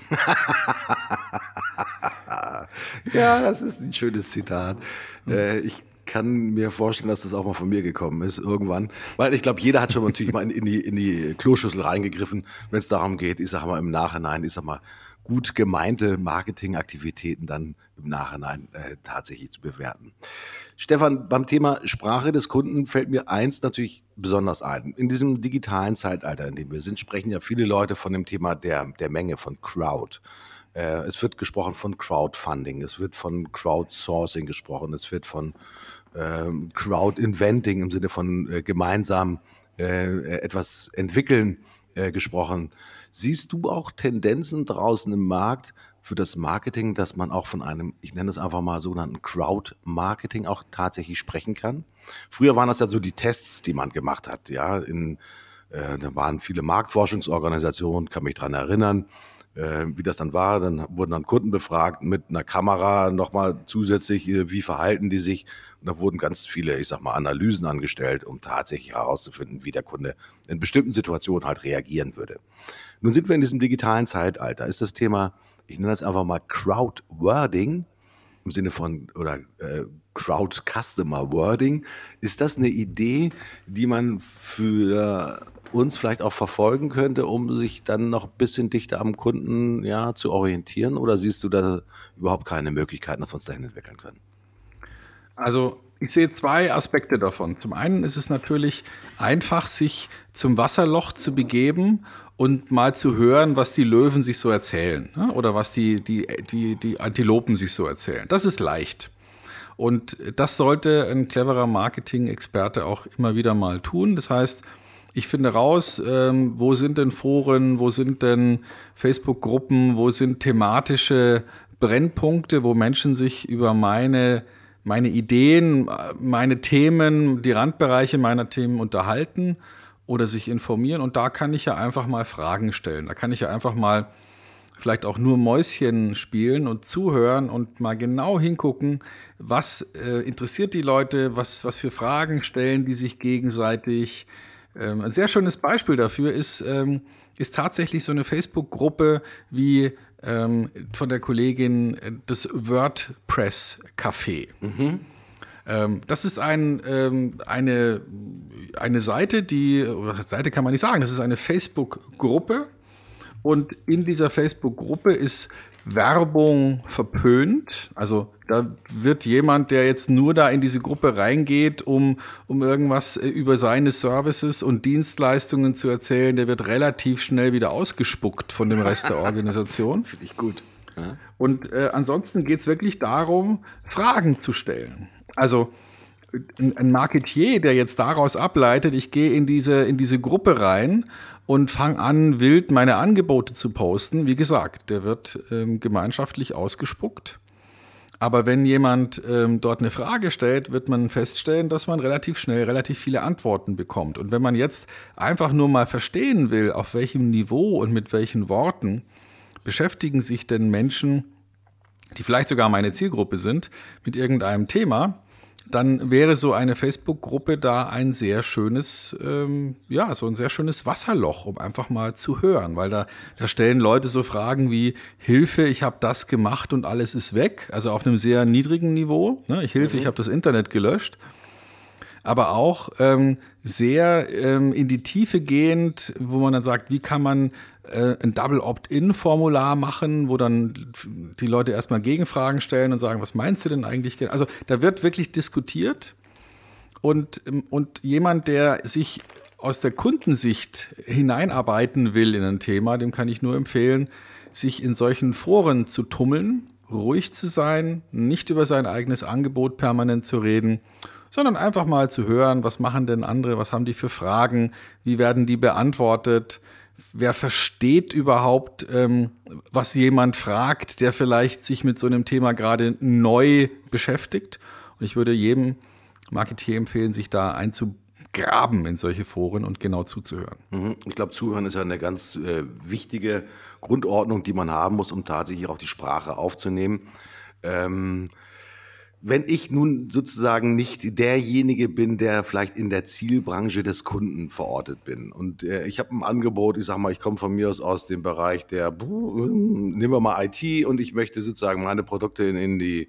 S3: Ja, das ist ein schönes Zitat. Äh, ich kann mir vorstellen, dass das auch mal von mir gekommen ist irgendwann. Weil ich glaube, jeder hat schon mal natürlich mal in, in, die, in die Kloschüssel reingegriffen, wenn es darum geht, ich sage mal im Nachhinein, ich sage mal, gut gemeinte Marketingaktivitäten dann im Nachhinein äh, tatsächlich zu bewerten. Stefan, beim Thema Sprache des Kunden fällt mir eins natürlich besonders ein. In diesem digitalen Zeitalter, in dem wir sind, sprechen ja viele Leute von dem Thema der, der Menge, von Crowd. Äh, es wird gesprochen von Crowdfunding, es wird von Crowdsourcing gesprochen, es wird von ähm, Crowd-Inventing im Sinne von äh, gemeinsam äh, etwas entwickeln äh, gesprochen. Siehst du auch Tendenzen draußen im Markt für das Marketing, dass man auch von einem, ich nenne es einfach mal sogenannten Crowd-Marketing auch tatsächlich sprechen kann? Früher waren das ja so die Tests, die man gemacht hat. Ja, in, äh, da waren viele Marktforschungsorganisationen, kann mich dran erinnern. äh, wie das dann war. Dann wurden dann Kunden befragt mit einer Kamera nochmal zusätzlich, äh, wie verhalten die sich. Und da wurden ganz viele, ich sag mal, Analysen angestellt, um tatsächlich herauszufinden, wie der Kunde in bestimmten Situationen halt reagieren würde. Nun sind wir in diesem digitalen Zeitalter. Ist das Thema, ich nenne das einfach mal Crowd-Wording, im Sinne von, oder äh, Crowd-Customer-Wording. Ist das eine Idee, die man für uns vielleicht auch verfolgen könnte, um sich dann noch ein bisschen dichter am Kunden, ja, zu orientieren? Oder siehst du da überhaupt keine Möglichkeiten, dass wir uns dahin entwickeln können?
S1: Also ich sehe zwei Aspekte davon. Zum einen ist es natürlich einfach, sich zum Wasserloch zu begeben und mal zu hören, was die Löwen sich so erzählen, ne? Oder was die, die, die, die Antilopen sich so erzählen. Das ist leicht. Und das sollte ein cleverer Marketing-Experte auch immer wieder mal tun. Das heißt, ich finde raus, ähm, wo sind denn Foren, wo sind denn Facebook-Gruppen, wo sind thematische Brennpunkte, wo Menschen sich über meine, meine Ideen, meine Themen, die Randbereiche meiner Themen unterhalten oder sich informieren. Und da kann ich ja einfach mal Fragen stellen. Da kann ich ja einfach mal vielleicht auch nur Mäuschen spielen und zuhören und mal genau hingucken, was äh, interessiert die Leute, was, was für Fragen stellen die sich gegenseitig. Ähm, ein sehr schönes Beispiel dafür ist, ähm, ist tatsächlich so eine Facebook-Gruppe wie ähm, von der Kollegin äh, das WordPress-Café. Mhm. Ähm, das ist ein, ähm, eine, eine Seite, die, oder Seite kann man nicht sagen, das ist eine Facebook-Gruppe. Und in dieser Facebook-Gruppe ist Werbung verpönt. Also da wird jemand, der jetzt nur da in diese Gruppe reingeht, um, um irgendwas über seine Services und Dienstleistungen zu erzählen, der wird relativ schnell wieder ausgespuckt von dem Rest der Organisation.
S3: Finde ich gut. Ja.
S1: Und äh, ansonsten geht es wirklich darum, Fragen zu stellen. Also ein Marketier, der jetzt daraus ableitet, ich gehe in diese, in diese Gruppe rein und fange an, wild meine Angebote zu posten. Wie gesagt, der wird ähm, gemeinschaftlich ausgespuckt. Aber wenn jemand ähm, dort eine Frage stellt, wird man feststellen, dass man relativ schnell relativ viele Antworten bekommt. Und wenn man jetzt einfach nur mal verstehen will, auf welchem Niveau und mit welchen Worten beschäftigen sich denn Menschen, die vielleicht sogar meine Zielgruppe sind, mit irgendeinem Thema, dann wäre so eine Facebook-Gruppe da ein sehr schönes, ähm, ja, so ein sehr schönes Wasserloch, um einfach mal zu hören, weil da, da stellen Leute so Fragen wie, Hilfe, ich habe das gemacht und alles ist weg, also auf einem sehr niedrigen Niveau, ne? Ich Hilfe, mhm. ich habe das Internet gelöscht, aber auch ähm, sehr ähm, in die Tiefe gehend, wo man dann sagt, wie kann man äh, ein Double-Opt-in-Formular machen, wo dann die Leute erstmal Gegenfragen stellen und sagen, was meinst du denn eigentlich? Also da wird wirklich diskutiert und, und jemand, der sich aus der Kundensicht hineinarbeiten will in ein Thema, dem kann ich nur empfehlen, sich in solchen Foren zu tummeln, ruhig zu sein, nicht über sein eigenes Angebot permanent zu reden, sondern einfach mal zu hören, was machen denn andere, was haben die für Fragen, wie werden die beantwortet, wer versteht überhaupt, ähm, was jemand fragt, der vielleicht sich mit so einem Thema gerade neu beschäftigt. Und ich würde jedem Marketier empfehlen, sich da einzugraben in solche Foren und genau zuzuhören.
S3: Ich glaube, Zuhören ist ja eine ganz äh, wichtige Grundordnung, die man haben muss, um tatsächlich auch die Sprache aufzunehmen. Ähm, Wenn ich nun sozusagen nicht derjenige bin, der vielleicht in der Zielbranche des Kunden verortet bin und äh, ich habe ein Angebot, ich sage mal, ich komme von mir aus aus dem Bereich der, nehmen wir mal I T und ich möchte sozusagen meine Produkte in, in die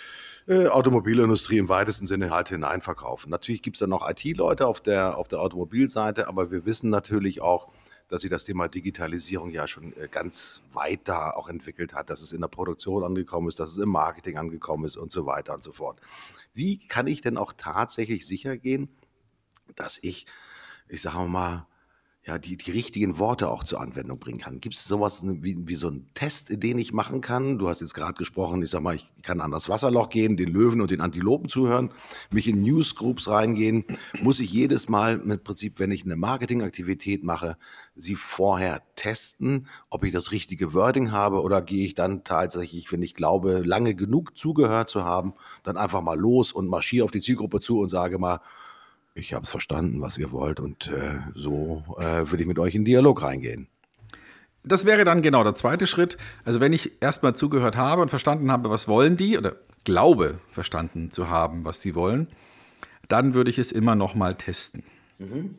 S3: äh, Automobilindustrie im weitesten Sinne halt hineinverkaufen. Natürlich gibt es dann noch I T-Leute auf der, auf der Automobilseite, aber wir wissen natürlich auch, dass sich das Thema Digitalisierung ja schon ganz weit da auch entwickelt hat, dass es in der Produktion angekommen ist, dass es im Marketing angekommen ist und so weiter und so fort. Wie kann ich denn auch tatsächlich sicher gehen, dass ich, ich sage mal, ja, die, die richtigen Worte auch zur Anwendung bringen kann? Gibt es sowas wie, wie so einen Test, den ich machen kann? Du hast jetzt gerade gesprochen, ich sag mal, ich kann an das Wasserloch gehen, den Löwen und den Antilopen zuhören, mich in Newsgroups reingehen. Muss ich jedes Mal im Prinzip, wenn ich eine Marketingaktivität mache, sie vorher testen, ob ich das richtige Wording habe, oder gehe ich dann tatsächlich, wenn ich glaube, lange genug zugehört zu haben, dann einfach mal los und marschiere auf die Zielgruppe zu und sage mal, ich habe es verstanden, was ihr wollt, und äh, so äh, würde ich mit euch in Dialog reingehen.
S1: Das wäre dann genau der zweite Schritt. Also wenn ich erstmal zugehört habe und verstanden habe, was wollen die, oder glaube verstanden zu haben, was die wollen, dann würde ich es immer noch mal testen. Mhm.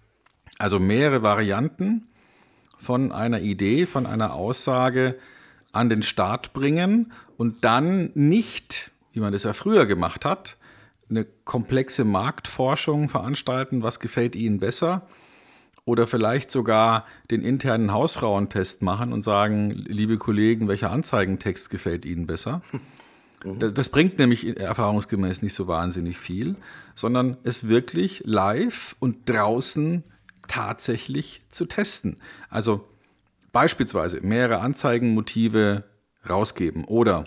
S1: Also mehrere Varianten von einer Idee, von einer Aussage an den Start bringen und dann nicht, wie man das ja früher gemacht hat, eine komplexe Marktforschung veranstalten, was gefällt Ihnen besser, oder vielleicht sogar den internen Hausfrauentest machen und sagen, liebe Kollegen, welcher Anzeigentext gefällt Ihnen besser? Das, das bringt nämlich erfahrungsgemäß nicht so wahnsinnig viel, sondern es wirklich live und draußen tatsächlich zu testen. Also beispielsweise mehrere Anzeigenmotive rausgeben oder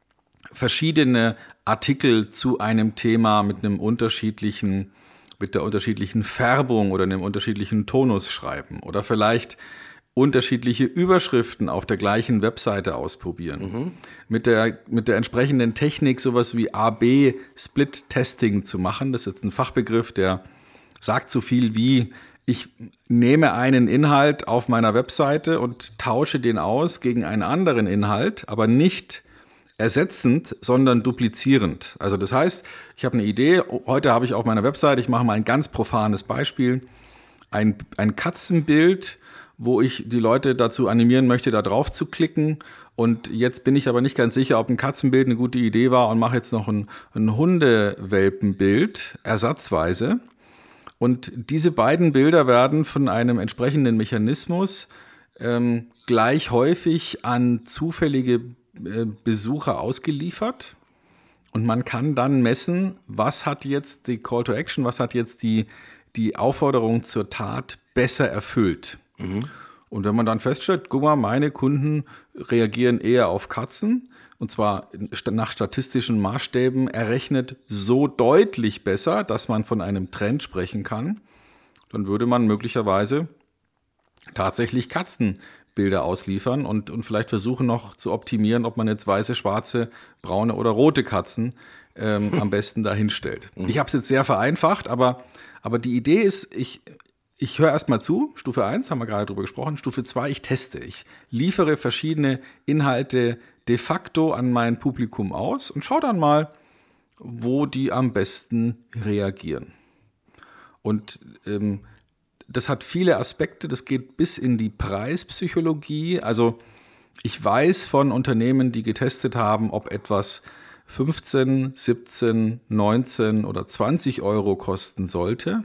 S1: verschiedene Artikel zu einem Thema mit einem unterschiedlichen, mit der unterschiedlichen Färbung oder einem unterschiedlichen Tonus schreiben oder vielleicht unterschiedliche Überschriften auf der gleichen Webseite ausprobieren. Mhm. Mit der, mit der entsprechenden Technik sowas wie A B Split Testing zu machen. Das ist jetzt ein Fachbegriff, der sagt so viel wie: Ich nehme einen Inhalt auf meiner Webseite und tausche den aus gegen einen anderen Inhalt, aber nicht ersetzend, sondern duplizierend. Also das heißt, ich habe eine Idee, heute habe ich auf meiner Webseite, ich mache mal ein ganz profanes Beispiel, ein, ein Katzenbild, wo ich die Leute dazu animieren möchte, da drauf zu klicken. Und jetzt bin ich aber nicht ganz sicher, ob ein Katzenbild eine gute Idee war und mache jetzt noch ein, ein Hundewelpenbild ersatzweise. Und diese beiden Bilder werden von einem entsprechenden Mechanismus ähm, gleich häufig an zufällige äh, Besucher ausgeliefert. Und man kann dann messen, was hat jetzt die Call to Action, was hat jetzt die, die Aufforderung zur Tat besser erfüllt. Mhm. Und wenn man dann feststellt, guck mal, meine Kunden reagieren eher auf Katzen, und zwar nach statistischen Maßstäben errechnet so deutlich besser, dass man von einem Trend sprechen kann, dann würde man möglicherweise tatsächlich Katzenbilder ausliefern und, und vielleicht versuchen noch zu optimieren, ob man jetzt weiße, schwarze, braune oder rote Katzen ähm, am besten dahin stellt. Mhm. Ich habe es jetzt sehr vereinfacht, aber, aber die Idee ist, ich... Ich höre erstmal zu, Stufe eins, haben wir gerade drüber gesprochen. Stufe zwei, ich teste. Ich liefere verschiedene Inhalte de facto an mein Publikum aus und schaue dann mal, wo die am besten reagieren. Und ähm, das hat viele Aspekte, das geht bis in die Preispsychologie. Also ich weiß von Unternehmen, die getestet haben, ob etwas fünfzehn, siebzehn, neunzehn oder zwanzig Euro kosten sollte,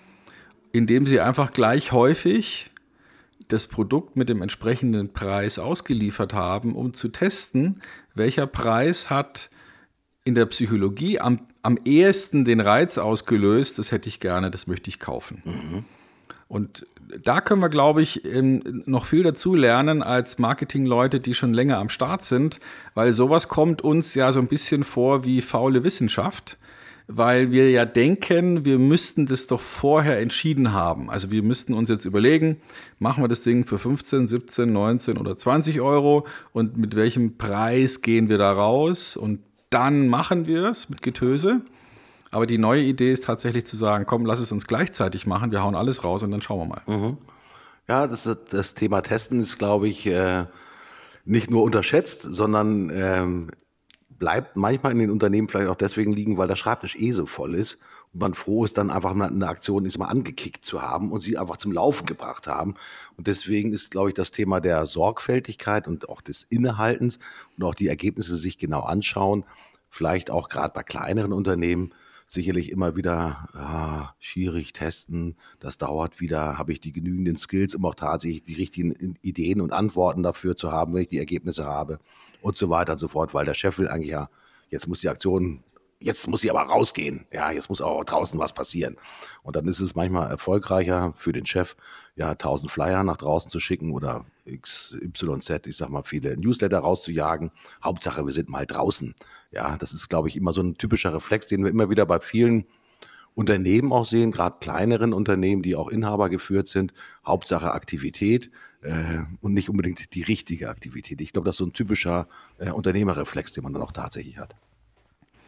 S1: indem sie einfach gleich häufig das Produkt mit dem entsprechenden Preis ausgeliefert haben, um zu testen, welcher Preis hat in der Psychologie am, am ehesten den Reiz ausgelöst, das hätte ich gerne, das möchte ich kaufen. Mhm. Und da können wir, glaube ich, noch viel dazu lernen als Marketingleute, die schon länger am Start sind, weil sowas kommt uns ja so ein bisschen vor wie faule Wissenschaft. Weil wir ja denken, wir müssten das doch vorher entschieden haben. Also wir müssten uns jetzt überlegen, machen wir das Ding für fünfzehn, siebzehn, neunzehn oder zwanzig Euro und mit welchem Preis gehen wir da raus und dann machen wir es mit Getöse. Aber die neue Idee ist tatsächlich zu sagen, komm, lass es uns gleichzeitig machen, wir hauen alles raus und dann schauen wir mal.
S3: Mhm. Ja, das, das Thema Testen ist, glaube ich, äh, nicht nur unterschätzt, sondern ähm, bleibt manchmal in den Unternehmen vielleicht auch deswegen liegen, weil der Schreibtisch eh so voll ist und man froh ist, dann einfach mal eine Aktion ist mal angekickt zu haben und sie einfach zum Laufen gebracht haben. Und deswegen ist, glaube ich, das Thema der Sorgfältigkeit und auch des Innehaltens und auch die Ergebnisse sich genau anschauen, vielleicht auch gerade bei kleineren Unternehmen sicherlich immer wieder ah, schwierig testen, das dauert wieder, habe ich die genügenden Skills, um auch tatsächlich die richtigen Ideen und Antworten dafür zu haben, wenn ich die Ergebnisse habe und so weiter und so fort, weil der Chef will eigentlich ja, jetzt muss die Aktion, jetzt muss sie aber rausgehen, ja, jetzt muss auch draußen was passieren. Und dann ist es manchmal erfolgreicher für den Chef, ja, tausend Flyer nach draußen zu schicken oder X Y Z, ich sag mal, viele Newsletter rauszujagen. Hauptsache, wir sind mal draußen. Ja, das ist, glaube ich, immer so ein typischer Reflex, den wir immer wieder bei vielen Unternehmen auch sehen, gerade kleineren Unternehmen, die auch Inhaber geführt sind. Hauptsache Aktivität äh, und nicht unbedingt die richtige Aktivität. Ich glaube, das ist so ein typischer äh, Unternehmerreflex, den man dann auch tatsächlich hat.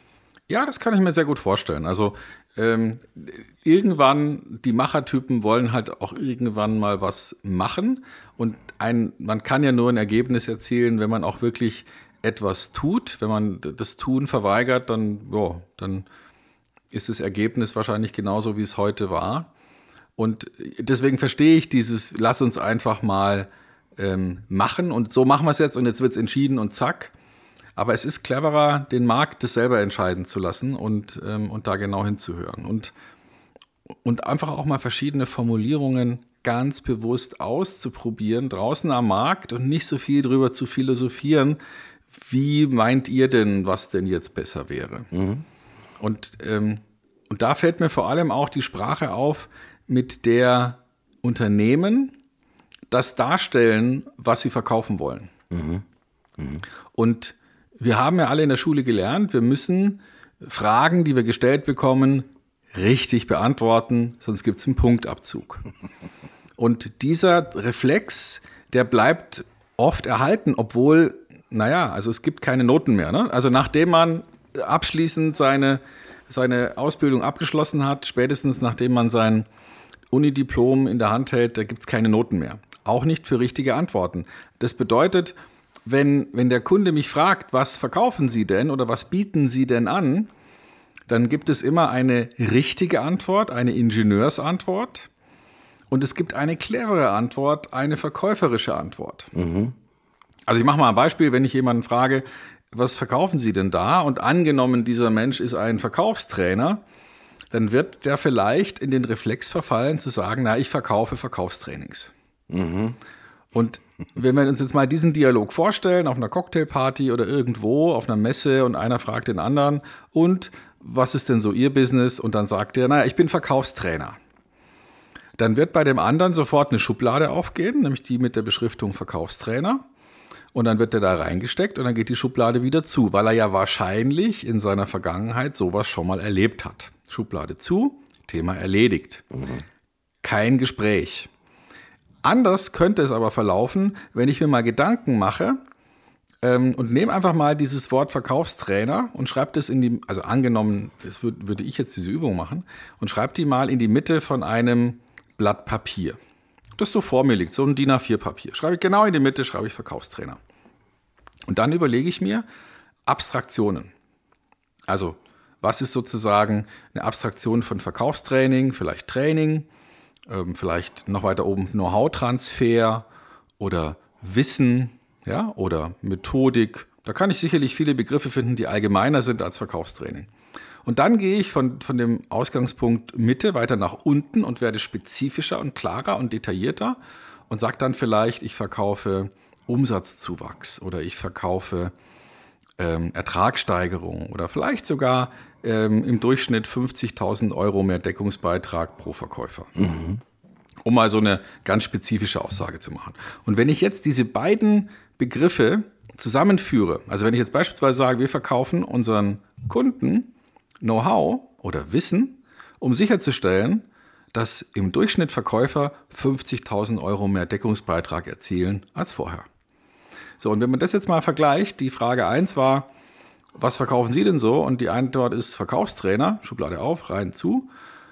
S1: Ja, das kann ich mir sehr gut vorstellen. Also ähm, irgendwann, die Machertypen wollen halt auch irgendwann mal was machen. Und ein, man kann ja nur ein Ergebnis erzielen, wenn man auch wirklich etwas tut. Wenn man das Tun verweigert, dann, ja, dann ist das Ergebnis wahrscheinlich genauso, wie es heute war. Und deswegen verstehe ich dieses, lass uns einfach mal ähm, machen. Und so machen wir es jetzt und jetzt wird es entschieden und zack. Aber es ist cleverer, den Markt das selber entscheiden zu lassen und, ähm, und da genau hinzuhören. Und, und einfach auch mal verschiedene Formulierungen ganz bewusst auszuprobieren, draußen am Markt und nicht so viel drüber zu philosophieren, wie meint ihr denn, was denn jetzt besser wäre? Mhm. Und, ähm, und da fällt mir vor allem auch die Sprache auf, mit der Unternehmen das darstellen, was sie verkaufen wollen. Mhm. Mhm. Und wir haben ja alle in der Schule gelernt, wir müssen Fragen, die wir gestellt bekommen, richtig beantworten, sonst gibt es einen Punktabzug. Und dieser Reflex, der bleibt oft erhalten, obwohl, naja, also es gibt keine Noten mehr. Ne? Also nachdem man abschließend seine, seine Ausbildung abgeschlossen hat, spätestens nachdem man sein Unidiplom in der Hand hält, da gibt es keine Noten mehr. Auch nicht für richtige Antworten. Das bedeutet, Wenn, wenn der Kunde mich fragt, was verkaufen Sie denn oder was bieten Sie denn an, dann gibt es immer eine richtige Antwort, eine Ingenieursantwort und es gibt eine clevere Antwort, eine verkäuferische Antwort. Mhm. Also ich mache mal ein Beispiel, wenn ich jemanden frage, was verkaufen Sie denn da? Und angenommen, dieser Mensch ist ein Verkaufstrainer, dann wird der vielleicht in den Reflex verfallen zu sagen, na, ich verkaufe Verkaufstrainings. Mhm. Und wenn wir uns jetzt mal diesen Dialog vorstellen, auf einer Cocktailparty oder irgendwo, auf einer Messe und einer fragt den anderen, und was ist denn so Ihr Business? Und dann sagt er, naja, ich bin Verkaufstrainer. Dann wird bei dem anderen sofort eine Schublade aufgehen, nämlich die mit der Beschriftung Verkaufstrainer. Und dann wird er da reingesteckt und dann geht die Schublade wieder zu, weil er ja wahrscheinlich in seiner Vergangenheit sowas schon mal erlebt hat. Schublade zu, Thema erledigt. Mhm. Kein Gespräch. Anders könnte es aber verlaufen, wenn ich mir mal Gedanken mache ähm, und nehme einfach mal dieses Wort Verkaufstrainer und schreibe das in die, also angenommen, das würd, würde ich jetzt diese Übung machen, und schreibe die mal in die Mitte von einem Blatt Papier, das so vor mir liegt, so ein D I N A vier Papier. Schreibe ich genau in die Mitte, schreibe ich Verkaufstrainer. Und dann überlege ich mir Abstraktionen. Also, was ist sozusagen eine Abstraktion von Verkaufstraining, vielleicht Training, vielleicht noch weiter oben Know-how-Transfer oder Wissen, ja, oder Methodik. Da kann ich sicherlich viele Begriffe finden, die allgemeiner sind als Verkaufstraining. Und dann gehe ich von, von dem Ausgangspunkt Mitte weiter nach unten und werde spezifischer und klarer und detaillierter und sage dann vielleicht, ich verkaufe Umsatzzuwachs oder ich verkaufe ähm, Ertragssteigerung oder vielleicht sogar ähm, im Durchschnitt fünfzigtausend Euro mehr Deckungsbeitrag pro Verkäufer. Mhm. Um mal so eine ganz spezifische Aussage zu machen. Und wenn ich jetzt diese beiden Begriffe zusammenführe, also wenn ich jetzt beispielsweise sage, wir verkaufen unseren Kunden Know-how oder Wissen, um sicherzustellen, dass im Durchschnitt Verkäufer fünfzigtausend Euro mehr Deckungsbeitrag erzielen als vorher. So, und wenn man das jetzt mal vergleicht, die Frage eins war, was verkaufen Sie denn so? Und die Antwort ist Verkaufstrainer, Schublade auf, rein zu.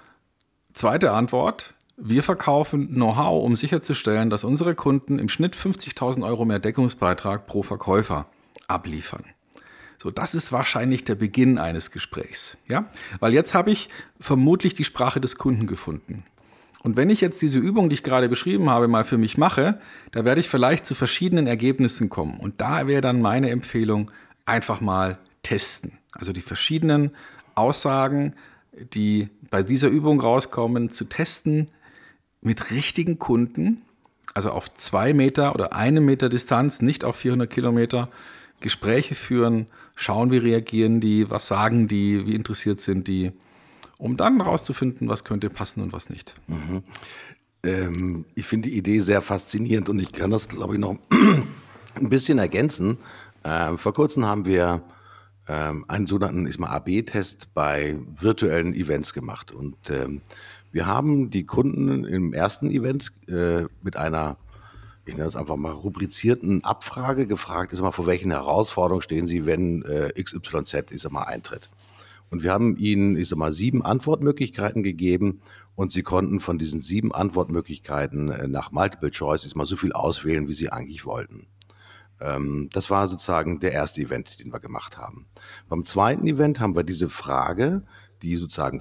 S1: Zweite Antwort, wir verkaufen Know-how, um sicherzustellen, dass unsere Kunden im Schnitt fünfzigtausend Euro mehr Deckungsbeitrag pro Verkäufer abliefern. So, das ist wahrscheinlich der Beginn eines Gesprächs, ja? Weil jetzt habe ich vermutlich die Sprache des Kunden gefunden. Und wenn ich jetzt diese Übung, die ich gerade beschrieben habe, mal für mich mache, da werde ich vielleicht zu verschiedenen Ergebnissen kommen. Und da wäre dann meine Empfehlung, einfach mal testen. Also die verschiedenen Aussagen, die bei dieser Übung rauskommen, zu testen mit richtigen Kunden, also auf zwei Meter oder einem Meter Distanz, nicht auf vierhundert Kilometer, Gespräche führen, schauen, wie reagieren die, was sagen die, wie interessiert sind die, um dann rauszufinden, was könnte passen und was nicht.
S3: Mhm. Ähm, ich finde die Idee sehr faszinierend und ich kann das, glaube ich, noch ein bisschen ergänzen. Ähm, vor kurzem haben wir ähm, einen sogenannten ich mal, A B Test bei virtuellen Events gemacht und ähm, wir haben die Kunden im ersten Event äh, mit einer, ich nenne es einfach mal, rubrizierten Abfrage gefragt, ist mal, vor welchen Herausforderungen stehen Sie, wenn äh, X Y Z, ich sag mal, eintritt. Und wir haben ihnen, ich sag mal, sieben Antwortmöglichkeiten gegeben und sie konnten von diesen sieben Antwortmöglichkeiten äh, nach Multiple Choice ist mal so viel auswählen, wie sie eigentlich wollten. Ähm, das war sozusagen der erste Event, den wir gemacht haben. Beim zweiten Event haben wir diese Frage, die sozusagen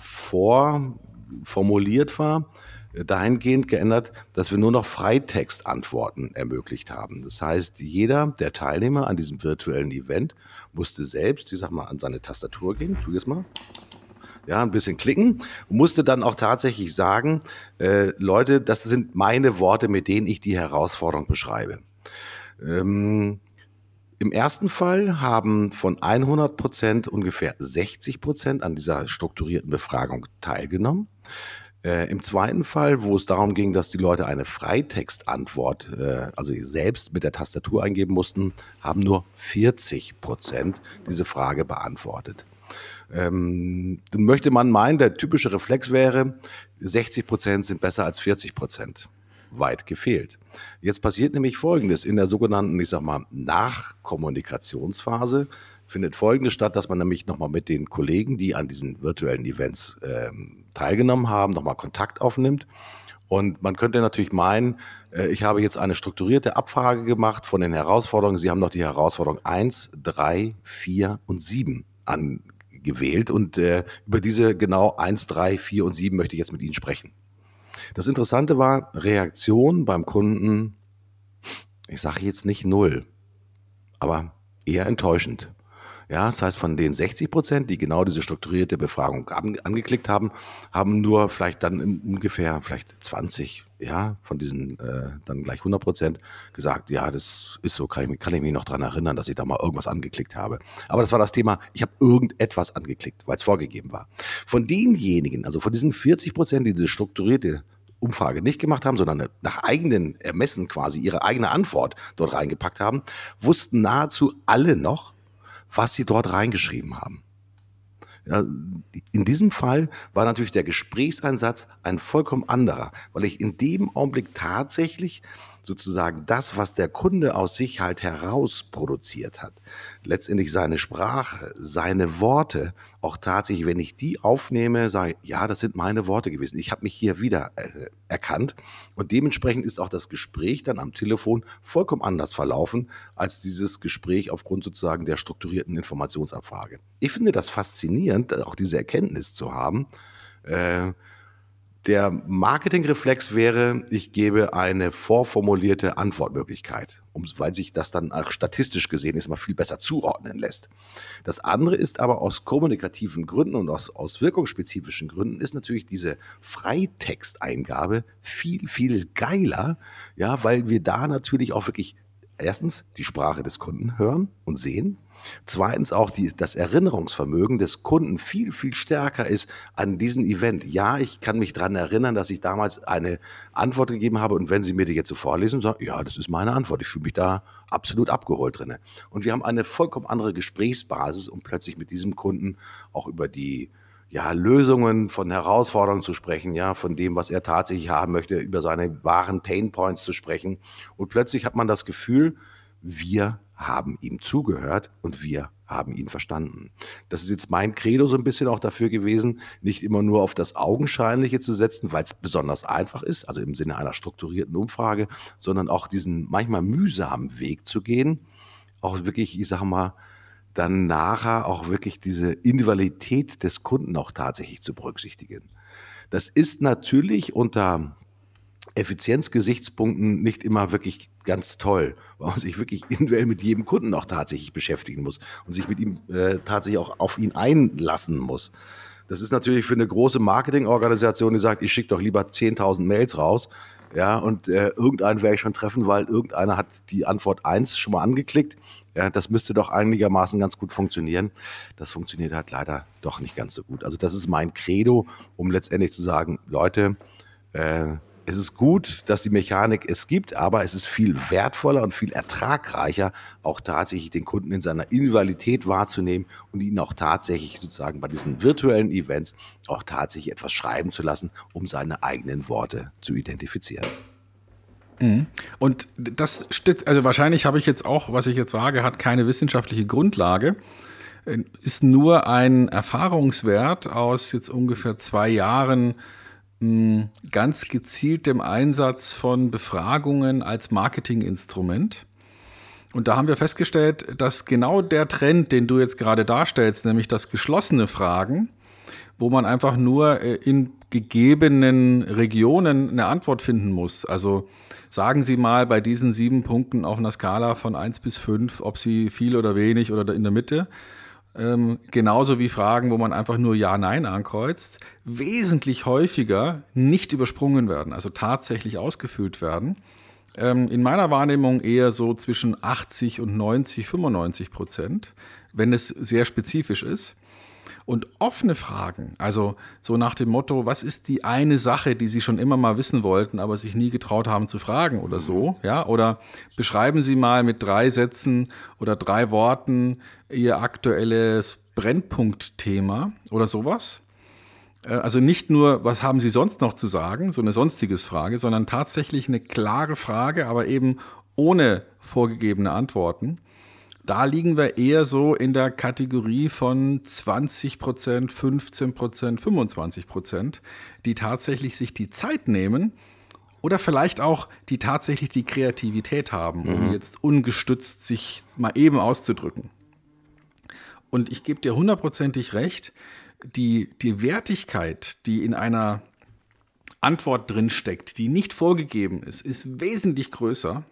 S3: vorformuliert war, äh, dahingehend geändert, dass wir nur noch Freitextantworten ermöglicht haben. Das heißt, jeder der Teilnehmer an diesem virtuellen Event musste selbst, ich sag mal, an seine Tastatur gehen, tu das mal, ja, ein bisschen klicken und musste dann auch tatsächlich sagen, äh, Leute, das sind meine Worte, mit denen ich die Herausforderung beschreibe. Ähm, Im ersten Fall haben von hundert Prozent ungefähr sechzig Prozent an dieser strukturierten Befragung teilgenommen. Äh, Im zweiten Fall, wo es darum ging, dass die Leute eine Freitextantwort, äh, also selbst mit der Tastatur eingeben mussten, haben nur vierzig Prozent diese Frage beantwortet. Ähm, dann möchte man meinen, der typische Reflex wäre, sechzig Prozent sind besser als vierzig Prozent. Weit gefehlt. Jetzt passiert nämlich Folgendes. In der sogenannten, ich sag mal, Nachkommunikationsphase findet Folgendes statt, dass man nämlich nochmal mit den Kollegen, die an diesen virtuellen Events ähm, teilgenommen haben, nochmal Kontakt aufnimmt. Und man könnte natürlich meinen, äh, ich habe jetzt eine strukturierte Abfrage gemacht von den Herausforderungen. Sie haben noch die Herausforderung eins, drei, vier und sieben angewählt. Und äh, über diese genau eins, drei, vier und sieben möchte ich jetzt mit Ihnen sprechen. Das Interessante war, Reaktion beim Kunden, ich sage jetzt nicht null, aber eher enttäuschend. Ja, das heißt, von den sechzig Prozent, die genau diese strukturierte Befragung angeklickt haben, haben nur vielleicht dann ungefähr vielleicht zwanzig, ja, von diesen äh, dann gleich hundert Prozent gesagt, ja, das ist so, kann ich, kann ich mich noch daran erinnern, dass ich da mal irgendwas angeklickt habe. Aber das war das Thema, ich habe irgendetwas angeklickt, weil es vorgegeben war. Von denjenigen, also von diesen vierzig Prozent, die diese strukturierte Umfrage nicht gemacht haben, sondern nach eigenen Ermessen quasi ihre eigene Antwort dort reingepackt haben, wussten nahezu alle noch, was sie dort reingeschrieben haben. Ja, in diesem Fall war natürlich der Gesprächseinsatz ein vollkommen anderer, weil ich in dem Augenblick tatsächlich sozusagen das, was der Kunde aus sich halt heraus produziert hat, letztendlich seine Sprache, seine Worte, auch tatsächlich, wenn ich die aufnehme, sage, ja, das sind meine Worte gewesen. Ich habe mich hier wieder äh, erkannt und dementsprechend ist auch das Gespräch dann am Telefon vollkommen anders verlaufen als dieses Gespräch aufgrund sozusagen der strukturierten Informationsabfrage. Ich finde das faszinierend, auch diese Erkenntnis zu haben. Äh, Der Marketingreflex wäre, ich gebe eine vorformulierte Antwortmöglichkeit, um, weil sich das dann auch statistisch gesehen ist, mal viel besser zuordnen lässt. Das andere ist aber aus kommunikativen Gründen und aus, aus wirkungsspezifischen Gründen ist natürlich diese Freitexteingabe viel, viel geiler, ja, weil wir da natürlich auch wirklich erstens die Sprache des Kunden hören und sehen. Zweitens auch die, das Erinnerungsvermögen des Kunden viel, viel stärker ist an diesen Event. Ja, ich kann mich daran erinnern, dass ich damals eine Antwort gegeben habe und wenn Sie mir die jetzt so vorlesen, sagen, ja, das ist meine Antwort. Ich fühle mich da absolut abgeholt drin. Und wir haben eine vollkommen andere Gesprächsbasis, um plötzlich mit diesem Kunden auch über die ja, Lösungen von Herausforderungen zu sprechen, ja, von dem, was er tatsächlich haben möchte, über seine wahren Painpoints zu sprechen. Und plötzlich hat man das Gefühl, wir haben ihm zugehört und wir haben ihn verstanden. Das ist jetzt mein Credo so ein bisschen auch dafür gewesen, nicht immer nur auf das Augenscheinliche zu setzen, weil es besonders einfach ist, also im Sinne einer strukturierten Umfrage, sondern auch diesen manchmal mühsamen Weg zu gehen, auch wirklich, ich sage mal, dann nachher auch wirklich diese Individualität des Kunden auch tatsächlich zu berücksichtigen. Das ist natürlich unter Effizienzgesichtspunkten nicht immer wirklich ganz toll, weil man sich wirklich individuell mit jedem Kunden auch tatsächlich beschäftigen muss und sich mit ihm äh, tatsächlich auch auf ihn einlassen muss. Das ist natürlich für eine große Marketingorganisation, die sagt, ich schicke doch lieber zehntausend Mails raus, ja, und äh, irgendeinen werde ich schon treffen, weil irgendeiner hat die Antwort eins schon mal angeklickt. Ja, das müsste doch einigermaßen ganz gut funktionieren. Das funktioniert halt leider doch nicht ganz so gut. Also das ist mein Credo, um letztendlich zu sagen, Leute, äh, es ist gut, dass die Mechanik es gibt, aber es ist viel wertvoller und viel ertragreicher, auch tatsächlich den Kunden in seiner Individualität wahrzunehmen und ihn auch tatsächlich sozusagen bei diesen virtuellen Events auch tatsächlich etwas schreiben zu lassen, um seine eigenen Worte zu identifizieren.
S1: Mhm. Und das steht, also wahrscheinlich habe ich jetzt auch, was ich jetzt sage, hat keine wissenschaftliche Grundlage. ist nur ein Erfahrungswert aus jetzt ungefähr zwei Jahren mh, ganz gezieltem Einsatz von Befragungen als Marketinginstrument. Und da haben wir festgestellt, dass genau der Trend, den du jetzt gerade darstellst, nämlich das geschlossene Fragen, wo man einfach nur in gegebenen Regionen eine Antwort finden muss. Also sagen Sie mal bei diesen sieben Punkten auf einer Skala von eins bis fünf, ob Sie viel oder wenig oder in der Mitte. Ähm, genauso wie Fragen, wo man einfach nur Ja, Nein ankreuzt, wesentlich häufiger nicht übersprungen werden, also tatsächlich ausgefüllt werden. Ähm, in meiner Wahrnehmung eher so zwischen achtzig und neunzig, fünfundneunzig Prozent, wenn es sehr spezifisch ist. Und offene Fragen, also so nach dem Motto, was ist die eine Sache, die Sie schon immer mal wissen wollten, aber sich nie getraut haben zu fragen oder so, ja? Oder beschreiben Sie mal mit drei Sätzen oder drei Worten Ihr aktuelles Brennpunktthema oder sowas. Also nicht nur, was haben Sie sonst noch zu sagen, so eine sonstiges Frage, sondern tatsächlich eine klare Frage, aber eben ohne vorgegebene Antworten. Da liegen wir eher so in der Kategorie von zwanzig Prozent, fünfzehn Prozent, fünfundzwanzig Prozent, die tatsächlich sich die Zeit nehmen oder vielleicht auch die tatsächlich die Kreativität haben, um mhm. jetzt ungestützt sich mal eben auszudrücken. Und ich gebe dir hundertprozentig recht, die, die Wertigkeit, die in einer Antwort drinsteckt, die nicht vorgegeben ist, ist wesentlich größer,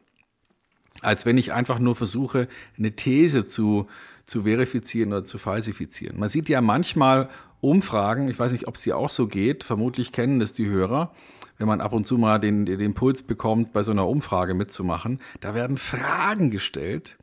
S1: als wenn ich einfach nur versuche, eine These zu, zu verifizieren oder zu falsifizieren. Man sieht ja manchmal Umfragen, ich weiß nicht, ob es dir auch so geht, vermutlich kennen das die Hörer, wenn man ab und zu mal den, den Impuls bekommt, bei so einer Umfrage mitzumachen, da werden Fragen gestellt.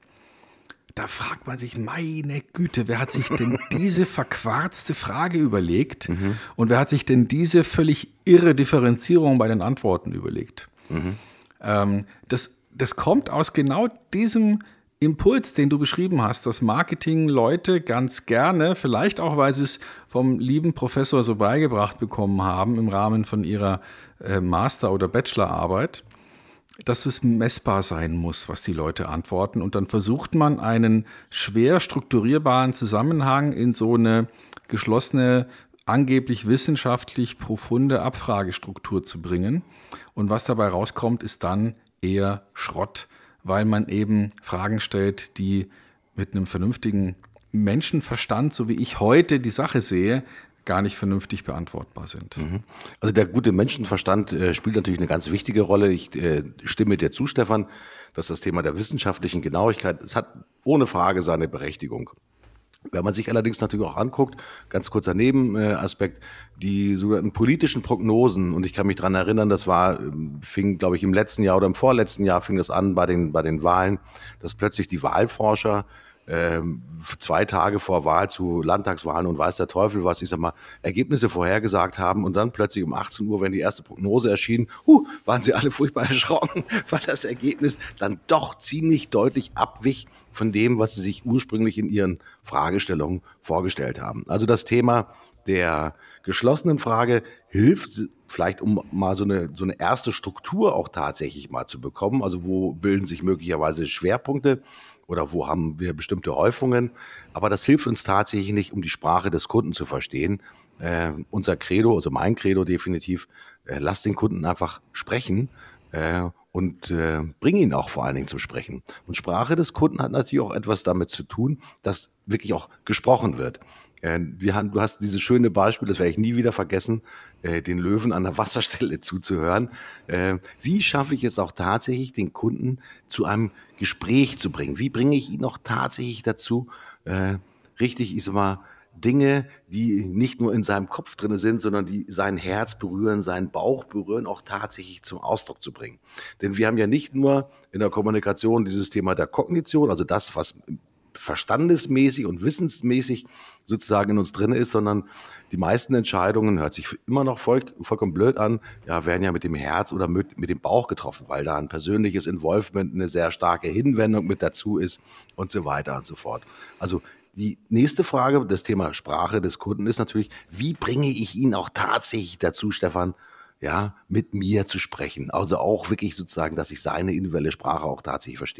S1: Da fragt man sich, meine Güte, wer hat sich denn diese verquarzte Frage überlegt? Mhm. Und wer hat sich denn diese völlig irre Differenzierung bei den Antworten überlegt? Mhm. Ähm, das Das kommt aus genau diesem Impuls, den du beschrieben hast, dass Marketing-Leute ganz gerne, vielleicht auch, weil sie es vom lieben Professor so beigebracht bekommen haben im Rahmen von ihrer äh, Master- oder Bachelorarbeit, dass es messbar sein muss, was die Leute antworten. Und dann versucht man, einen schwer strukturierbaren Zusammenhang in so eine geschlossene, angeblich wissenschaftlich profunde Abfragestruktur zu bringen. Und was dabei rauskommt, ist dann eher Schrott, weil man eben Fragen stellt, die mit einem vernünftigen Menschenverstand, so wie ich heute die Sache sehe, gar nicht vernünftig beantwortbar sind.
S3: Also der gute Menschenverstand äh, spielt natürlich eine ganz wichtige Rolle. Ich äh, stimme dir zu, Stefan, dass das Thema der wissenschaftlichen Genauigkeit, es hat ohne Frage seine Berechtigung. Wenn man sich allerdings natürlich auch anguckt, ganz kurzer Nebenaspekt, die sogenannten politischen Prognosen, und ich kann mich daran erinnern, das war, fing, glaube ich, im letzten Jahr oder im vorletzten Jahr fing das an bei den, bei den Wahlen, dass plötzlich die Wahlforscher ähm, zwei Tage vor Wahl zu Landtagswahlen und weiß der Teufel was, ich sag mal, Ergebnisse vorhergesagt haben und dann plötzlich um achtzehn Uhr, wenn die erste Prognose erschien, huh, waren sie alle furchtbar erschrocken, weil das Ergebnis dann doch ziemlich deutlich abwich von dem, was sie sich ursprünglich in ihren Fragestellungen vorgestellt haben. Also das Thema der geschlossenen Frage hilft vielleicht, um mal so eine, so eine erste Struktur auch tatsächlich mal zu bekommen. Also wo bilden sich möglicherweise Schwerpunkte oder wo haben wir bestimmte Häufungen. Aber das hilft uns tatsächlich nicht, um die Sprache des Kunden zu verstehen. Äh, unser Credo, also mein Credo definitiv, äh, lass den Kunden einfach sprechen. Äh, und äh, bring ihn auch vor allen Dingen zum Sprechen. Und Sprache des Kunden hat natürlich auch etwas damit zu tun, dass wirklich auch gesprochen wird. Äh, wir haben, du hast dieses schöne Beispiel, das werde ich nie wieder vergessen, äh, den Löwen an der Wasserstelle zuzuhören. Äh, wie schaffe ich es auch tatsächlich, den Kunden zu einem Gespräch zu bringen? Wie bringe ich ihn auch tatsächlich dazu, äh, richtig, ich sag mal, Dinge, die nicht nur in seinem Kopf drin sind, sondern die sein Herz berühren, seinen Bauch berühren, auch tatsächlich zum Ausdruck zu bringen. Denn wir haben ja nicht nur in der Kommunikation dieses Thema der Kognition, also das, was verstandesmäßig und wissensmäßig sozusagen in uns drin ist, sondern die meisten Entscheidungen, hört sich immer noch voll, vollkommen blöd an, ja, werden ja mit dem Herz oder mit, mit dem Bauch getroffen, weil da ein persönliches Involvement, eine sehr starke Hinwendung mit dazu ist und so weiter und so fort. Also die nächste Frage, das Thema Sprache des Kunden ist natürlich, wie bringe ich ihn auch tatsächlich dazu, Stefan, ja, mit mir zu sprechen? Also auch wirklich sozusagen, dass ich seine individuelle Sprache auch tatsächlich verstehe.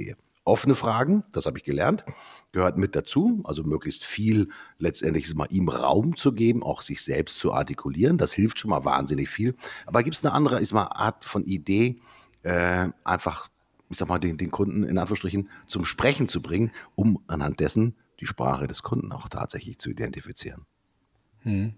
S3: offene Fragen, das habe ich gelernt, gehört mit dazu. Also möglichst viel letztendlich ist mal ihm Raum zu geben, auch sich selbst zu artikulieren. Das hilft schon mal wahnsinnig viel. Aber gibt es eine andere, ist mal Art von Idee, äh, einfach, ich sag mal, den, den Kunden in Anführungsstrichen zum Sprechen zu bringen, um anhand dessen die Sprache des Kunden auch tatsächlich zu identifizieren?
S1: Hm.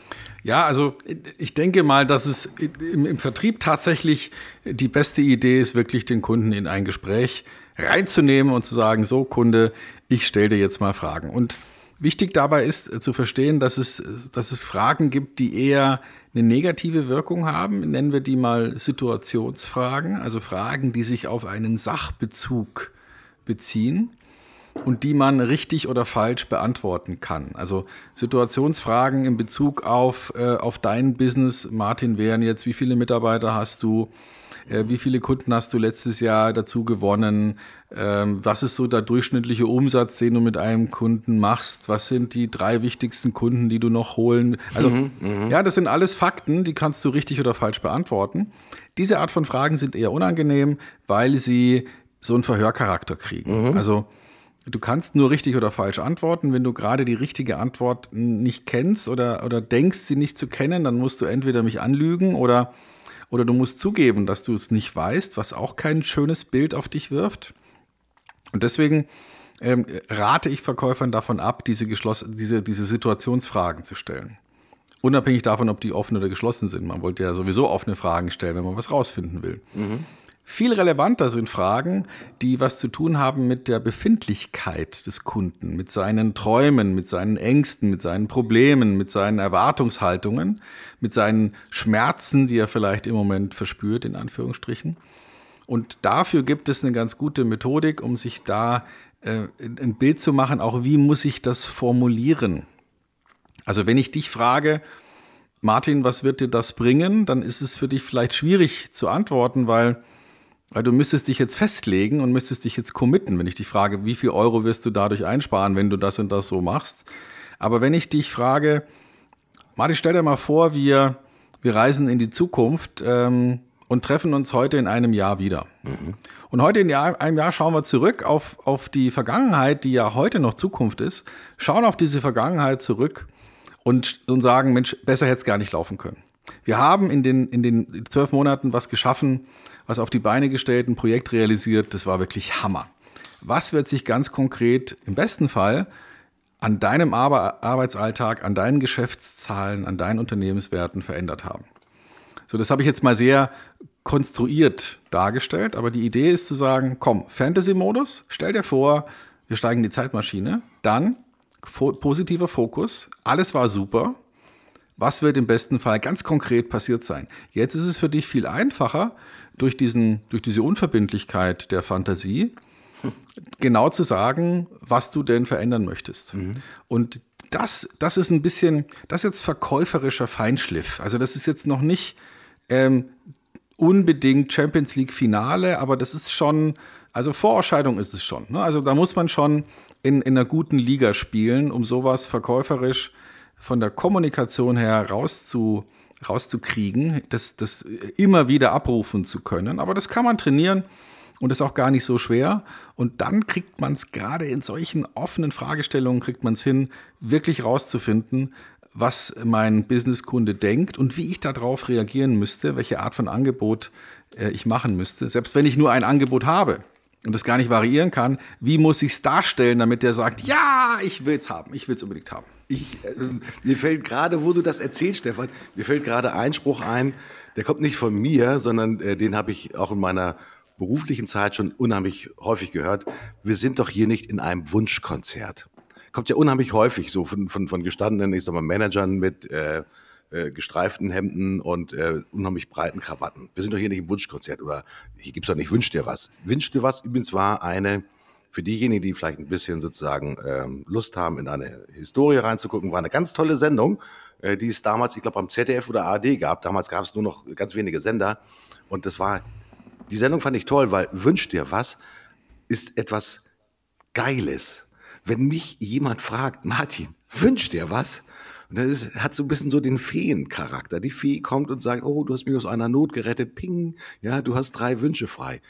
S1: Ja, also ich denke mal, dass es im, im Vertrieb tatsächlich die beste Idee ist, wirklich den Kunden in ein Gespräch reinzunehmen und zu sagen, so Kunde, ich stelle dir jetzt mal Fragen. Und wichtig dabei ist zu verstehen, dass es, dass es Fragen gibt, die eher eine negative Wirkung haben. Nennen wir die mal Situationsfragen, also Fragen, die sich auf einen Sachbezug beziehen und die man richtig oder falsch beantworten kann. Also Situationsfragen in Bezug auf, äh, auf dein Business, Martin, wären jetzt, wie viele Mitarbeiter hast du, äh, wie viele Kunden hast du letztes Jahr dazu gewonnen, ähm, was ist so der durchschnittliche Umsatz, den du mit einem Kunden machst, was sind die drei wichtigsten Kunden, die du noch holen. Also mhm, ja, das sind alles Fakten, die kannst du richtig oder falsch beantworten. Diese Art von Fragen sind eher unangenehm, weil sie so einen Verhörcharakter kriegen. Mhm. Also du kannst nur richtig oder falsch antworten. Wenn du gerade die richtige Antwort nicht kennst oder, oder denkst, sie nicht zu kennen, dann musst du entweder mich anlügen oder, oder du musst zugeben, dass du es nicht weißt, was auch kein schönes Bild auf dich wirft. Und deswegen ähm, rate ich Verkäufern davon ab, diese, geschlossen, diese, diese Situationsfragen zu stellen. Unabhängig davon, ob die offen oder geschlossen sind. Man wollte ja sowieso offene Fragen stellen, wenn man was rausfinden will. Mhm. Viel relevanter sind Fragen, die was zu tun haben mit der Befindlichkeit des Kunden, mit seinen Träumen, mit seinen Ängsten, mit seinen Problemen, mit seinen Erwartungshaltungen, mit seinen Schmerzen, die er vielleicht im Moment verspürt, in Anführungsstrichen. Und dafür gibt es eine ganz gute Methodik, um sich da äh, ein Bild zu machen, auch wie muss ich das formulieren. Also wenn ich dich frage, Martin, was wird dir das bringen, dann ist es für dich vielleicht schwierig zu antworten, weil Weil du müsstest dich jetzt festlegen und müsstest dich jetzt committen, wenn ich dich frage, wie viel Euro wirst du dadurch einsparen, wenn du das und das so machst. Aber wenn ich dich frage, Martin, stell dir mal vor, wir, wir reisen in die Zukunft ähm, und treffen uns heute in einem Jahr wieder. Mhm. Und heute in Jahr, einem Jahr schauen wir zurück auf, auf die Vergangenheit, die ja heute noch Zukunft ist, schauen auf diese Vergangenheit zurück und, und sagen, Mensch, besser hätte es gar nicht laufen können. Wir haben in den, in den zwölf Monaten was geschaffen, was auf die Beine gestellt, ein Projekt realisiert, das war wirklich Hammer. Was wird sich ganz konkret im besten Fall an deinem Ar- Arbeitsalltag, an deinen Geschäftszahlen, an deinen Unternehmenswerten verändert haben? So, das habe ich jetzt mal sehr konstruiert dargestellt, aber die Idee ist zu sagen, komm, Fantasy-Modus, stell dir vor, wir steigen in die Zeitmaschine, dann fo- positiver Fokus, alles war super. Was wird im besten Fall ganz konkret passiert sein? Jetzt ist es für dich viel einfacher, durch, diesen, durch diese Unverbindlichkeit der Fantasie genau zu sagen, was du denn verändern möchtest. Mhm. Und das, das ist ein bisschen, das ist jetzt verkäuferischer Feinschliff. Also das ist jetzt noch nicht ähm, unbedingt Champions League Finale, aber das ist schon, also Vorentscheidung ist es schon. Ne? Also da muss man schon in, in einer guten Liga spielen, um sowas verkäuferisch von der Kommunikation her rauszu, rauszukriegen, das, das immer wieder abrufen zu können. Aber das kann man trainieren und ist auch gar nicht so schwer. Und dann kriegt man es gerade in solchen offenen Fragestellungen, kriegt man es hin, wirklich rauszufinden, was mein Businesskunde denkt und wie ich darauf reagieren müsste, welche Art von Angebot äh, ich machen müsste. Selbst wenn ich nur ein Angebot habe und das gar nicht variieren kann, wie muss ich es darstellen, damit der sagt, ja, ich will es haben, ich will es unbedingt haben.
S3: Ich, äh, mir fällt gerade, wo du das erzählst, Stefan, mir fällt gerade ein Spruch ein, der kommt nicht von mir, sondern äh, den habe ich auch in meiner beruflichen Zeit schon unheimlich häufig gehört. Wir sind doch hier nicht in einem Wunschkonzert. Kommt ja unheimlich häufig so von, von, von gestandenen, ich sag mal, Managern mit äh, äh, gestreiften Hemden und äh, unheimlich breiten Krawatten. Wir sind doch hier nicht im Wunschkonzert oder hier gibt's doch nicht Wünsch dir was. Wünsch dir was übrigens war eine, für diejenigen, die vielleicht ein bisschen sozusagen ähm, Lust haben, in eine Historie reinzugucken, war eine ganz tolle Sendung, äh, die es damals, ich glaube, am Z D F oder A R D gab. Damals gab es nur noch ganz wenige Sender. Und das war, die Sendung fand ich toll, weil Wünsch dir was ist etwas Geiles. Wenn mich jemand fragt, Martin, wünsch dir was? Und das ist, hat so ein bisschen so den Feencharakter. Die Fee kommt und sagt, oh, du hast mich aus einer Not gerettet, ping, ja, du hast drei Wünsche frei.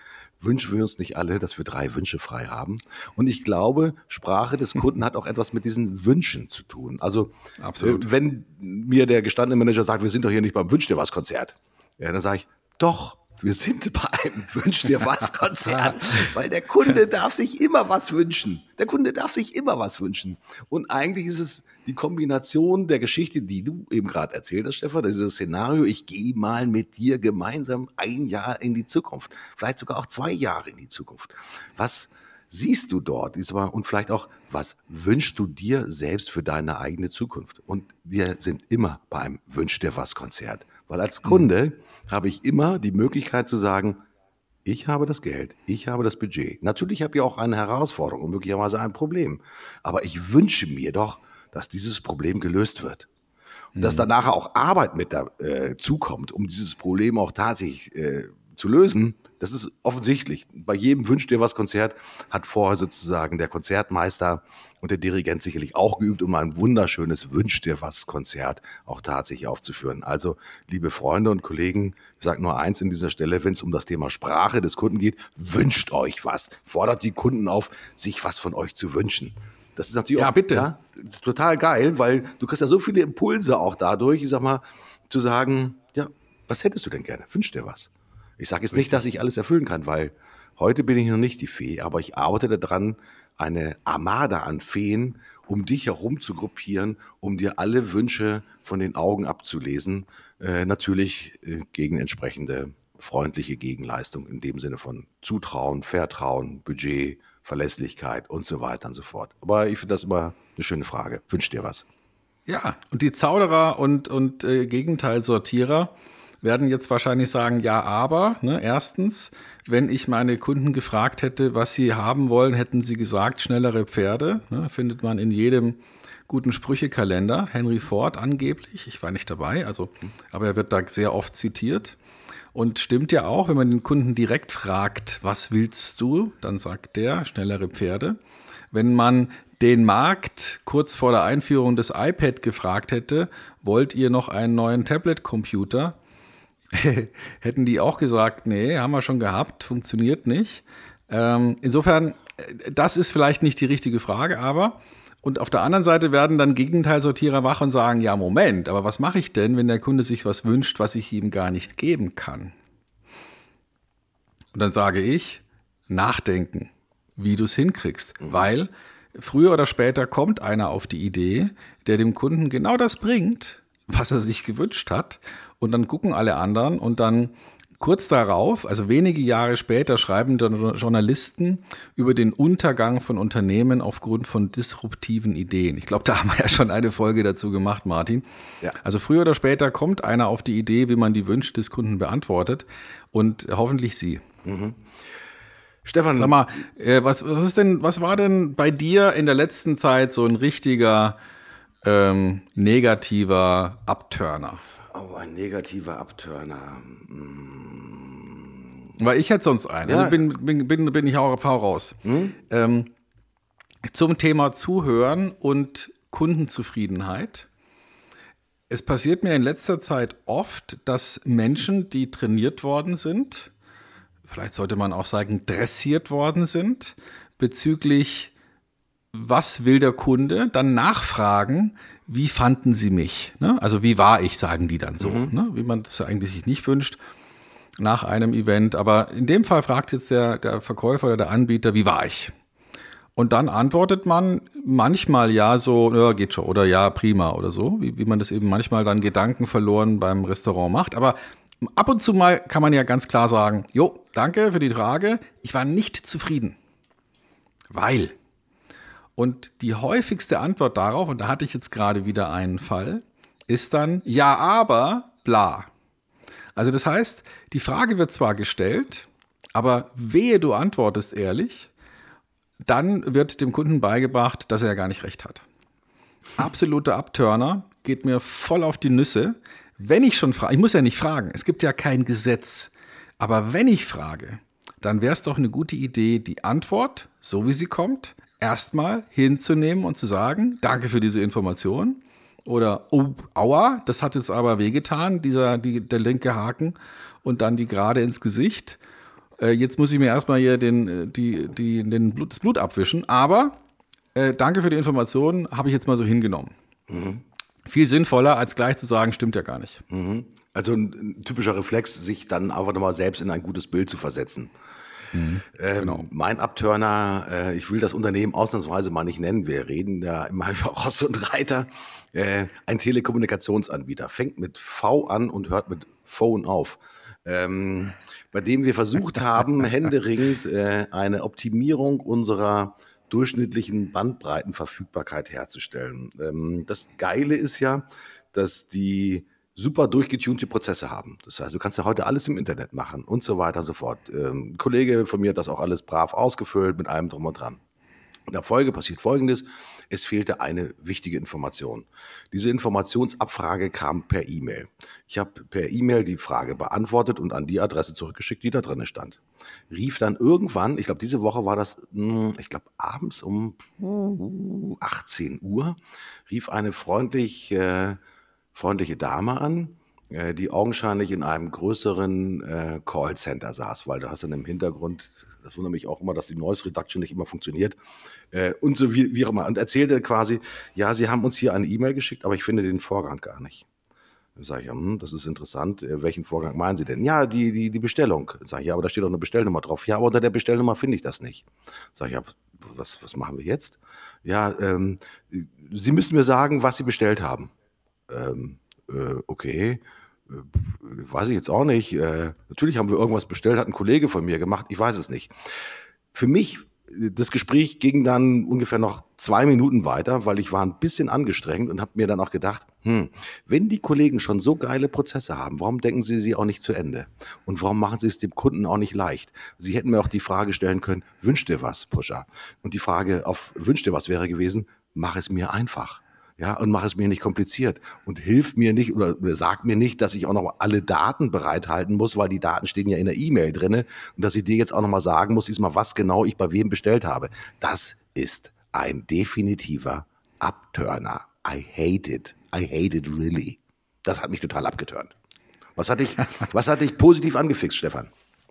S3: wünschen wir uns nicht alle, dass wir drei Wünsche frei haben. Und ich glaube, Sprache des Kunden hat auch etwas mit diesen Wünschen zu tun. Also
S1: Absolut.
S3: äh, wenn mir der gestandene Manager sagt, wir sind doch hier nicht beim Wünsch dir was Konzert, ja, dann sage ich, doch, wir sind bei einem Wünsch dir was Konzert, weil der Kunde darf sich immer was wünschen. Der Kunde darf sich immer was wünschen. Und eigentlich ist es die Kombination der Geschichte, die du eben gerade erzählt hast, Stefan, dieses Szenario, ich gehe mal mit dir gemeinsam ein Jahr in die Zukunft, vielleicht sogar auch zwei Jahre in die Zukunft. Was siehst du dort? Und vielleicht auch, was wünschst du dir selbst für deine eigene Zukunft? Und wir sind immer beim Wünsch dir was Konzert. Weil als Kunde mhm. habe ich immer die Möglichkeit zu sagen, ich habe das Geld, ich habe das Budget. Natürlich habe ich auch eine Herausforderung und möglicherweise ein Problem. Aber ich wünsche mir doch, dass dieses Problem gelöst wird. Und mhm. dass danach auch Arbeit mit dazu äh, kommt, um dieses Problem auch tatsächlich äh, zu lösen. Das ist offensichtlich. Bei jedem Wünsch dir was Konzert hat vorher sozusagen der Konzertmeister und der Dirigent sicherlich auch geübt, um ein wunderschönes Wünsch dir was Konzert auch tatsächlich aufzuführen. Also, liebe Freunde und Kollegen, ich sage nur eins an dieser Stelle, wenn es um das Thema Sprache des Kunden geht, wünscht euch was. Fordert die Kunden auf, sich was von euch zu wünschen. Das ist natürlich
S1: ja,
S3: auch,
S1: bitte.
S3: Ja, das ist total geil, weil du kriegst ja so viele Impulse auch dadurch, ich sag mal, zu sagen, ja, was hättest du denn gerne? Wünsch dir was. Ich sage jetzt nicht, dass ich alles erfüllen kann, weil heute bin ich noch nicht die Fee, aber ich arbeite daran, eine Armada an Feen um dich herum zu gruppieren, um dir alle Wünsche von den Augen abzulesen. Äh, natürlich äh, gegen entsprechende freundliche Gegenleistung in dem Sinne von Zutrauen, Vertrauen, Budget, Verlässlichkeit und so weiter und so fort. Aber ich finde das immer eine schöne Frage. Wünsch dir was.
S1: Ja, und die Zauderer und, und äh, Gegenteilsortierer werden jetzt wahrscheinlich sagen, ja, aber, ne, erstens, wenn ich meine Kunden gefragt hätte, was sie haben wollen, hätten sie gesagt, schnellere Pferde, ne, findet man in jedem guten Sprüchekalender, Henry Ford angeblich, ich war nicht dabei, also, aber er wird da sehr oft zitiert und stimmt ja auch, wenn man den Kunden direkt fragt, was willst du, dann sagt der, schnellere Pferde. Wenn man den Markt kurz vor der Einführung des iPad gefragt hätte, wollt ihr noch einen neuen Tablet-Computer? Hätten die auch gesagt, nee, haben wir schon gehabt, funktioniert nicht. Ähm, insofern, das ist vielleicht nicht die richtige Frage, aber und auf der anderen Seite werden dann Gegenteilsortierer wach und sagen, ja, Moment, aber was mache ich denn, wenn der Kunde sich was wünscht, was ich ihm gar nicht geben kann? Und dann sage ich, nachdenken, wie du es hinkriegst, mhm. weil früher oder später kommt einer auf die Idee, der dem Kunden genau das bringt, was er sich gewünscht hat. Und dann gucken alle anderen und dann kurz darauf, also wenige Jahre später, schreiben dann Journalisten über den Untergang von Unternehmen aufgrund von disruptiven Ideen. Ich glaube, da haben wir ja schon eine Folge dazu gemacht, Martin. Ja. Also früher oder später kommt einer auf die Idee, wie man die Wünsche des Kunden beantwortet und hoffentlich Sie.
S3: Mhm. Stefan,
S1: sag mal, äh, was, was ist denn, was war denn bei dir in der letzten Zeit so ein richtiger ähm, negativer Abturner?
S3: Oh, ein negativer Abturner. Hm.
S1: Weil ich hätte sonst einen. Ja. Also bin, bin, bin, bin ich auch auf Hau raus. Hm? Ähm, zum Thema Zuhören und Kundenzufriedenheit. Es passiert mir in letzter Zeit oft, dass Menschen, die trainiert worden sind, vielleicht sollte man auch sagen, dressiert worden sind, bezüglich was will der Kunde, dann nachfragen, wie fanden sie mich? Ne? Also wie war ich, sagen die dann so, mhm. ne? Wie man das eigentlich sich nicht wünscht nach einem Event. Aber in dem Fall fragt jetzt der, der Verkäufer oder der Anbieter, wie war ich? Und dann antwortet man manchmal ja so, ja, geht schon, oder ja, prima oder so, wie, wie man das eben manchmal dann Gedanken verloren beim Restaurant macht. Aber ab und zu mal kann man ja ganz klar sagen, jo, danke für die Frage, ich war nicht zufrieden, weil... Und die häufigste Antwort darauf, und da hatte ich jetzt gerade wieder einen Fall, ist dann, ja, aber, bla. Also das heißt, die Frage wird zwar gestellt, aber wehe, du antwortest ehrlich, dann wird dem Kunden beigebracht, dass er ja gar nicht recht hat. Absoluter Abturner, geht mir voll auf die Nüsse. Wenn ich schon frage, ich muss ja nicht fragen, es gibt ja kein Gesetz, aber wenn ich frage, dann wäre es doch eine gute Idee, die Antwort, so wie sie kommt, erstmal hinzunehmen und zu sagen, danke für diese Information oder oh, aua, das hat jetzt aber wehgetan, dieser, die, der linke Haken und dann die gerade ins Gesicht. Äh, jetzt muss ich mir erstmal hier den, die, die, den Blut, das Blut abwischen. Aber äh, danke für die Informationen, habe ich jetzt mal so hingenommen. Mhm. Viel sinnvoller, als gleich zu sagen, stimmt ja gar nicht.
S3: Mhm. Also ein, ein typischer Reflex, sich dann einfach nochmal selbst in ein gutes Bild zu versetzen. Mhm, ähm, genau. Mein Abturner, äh, ich will das Unternehmen ausnahmsweise mal nicht nennen, wir reden da immer über Ross und Reiter, äh, ein Telekommunikationsanbieter, fängt mit V an und hört mit Phone auf, ähm, bei dem wir versucht haben, händeringend äh, eine Optimierung unserer durchschnittlichen Bandbreitenverfügbarkeit herzustellen. Ähm, das Geile ist ja, dass die super durchgetunte Prozesse haben. Das heißt, du kannst ja heute alles im Internet machen und so weiter und so fort. Ähm, ein Kollege von mir hat das auch alles brav ausgefüllt mit allem drum und dran. In der Folge passiert Folgendes: Es fehlte eine wichtige Information. Diese Informationsabfrage kam per E-Mail. Ich habe per E-Mail die Frage beantwortet und an die Adresse zurückgeschickt, die da drin stand. Rief dann irgendwann, ich glaube diese Woche war das, ich glaube abends um achtzehn Uhr, rief eine freundlich, äh, freundliche Dame an, äh, die augenscheinlich in einem größeren äh, Callcenter saß, weil du hast dann im Hintergrund, das wundert mich auch immer, dass die Noise Reduction nicht immer funktioniert, äh, und so wie, wie auch immer, und erzählte quasi, ja, sie haben uns hier eine E-Mail geschickt, aber ich finde den Vorgang gar nicht. Dann sage ich, ja, hm, das ist interessant, äh, welchen Vorgang meinen Sie denn? Ja, die, die, die Bestellung. Dann sage ich, ja, aber da steht doch eine Bestellnummer drauf. Ja, aber unter der Bestellnummer finde ich das nicht. Sage ich, ja, was, was machen wir jetzt? Ja, ähm, Sie müssen mir sagen, was Sie bestellt haben. Ähm, äh, okay, äh, weiß ich jetzt auch nicht. Äh, natürlich haben wir irgendwas bestellt, hat ein Kollege von mir gemacht, ich weiß es nicht. Für mich, das Gespräch ging dann ungefähr noch zwei Minuten weiter, weil ich war ein bisschen angestrengt und habe mir dann auch gedacht, hm, wenn die Kollegen schon so geile Prozesse haben, warum denken sie sie auch nicht zu Ende? Und warum machen sie es dem Kunden auch nicht leicht? Sie hätten mir auch die Frage stellen können, wünsch dir was, Pusher? Und die Frage auf wünsch dir was wäre gewesen, mach es mir einfach. Ja, und mach es mir nicht kompliziert und hilf mir nicht oder, oder sag mir nicht, dass ich auch noch alle Daten bereithalten muss, weil die Daten stehen ja in der E-Mail drinne und dass ich dir jetzt auch noch mal sagen muss, diesmal was genau ich bei wem bestellt habe. Das ist ein definitiver Abturner. I hate it. I hate it really. Das hat mich total abgeturnt. Was hat dich, was hat dich positiv angefixt, Stefan?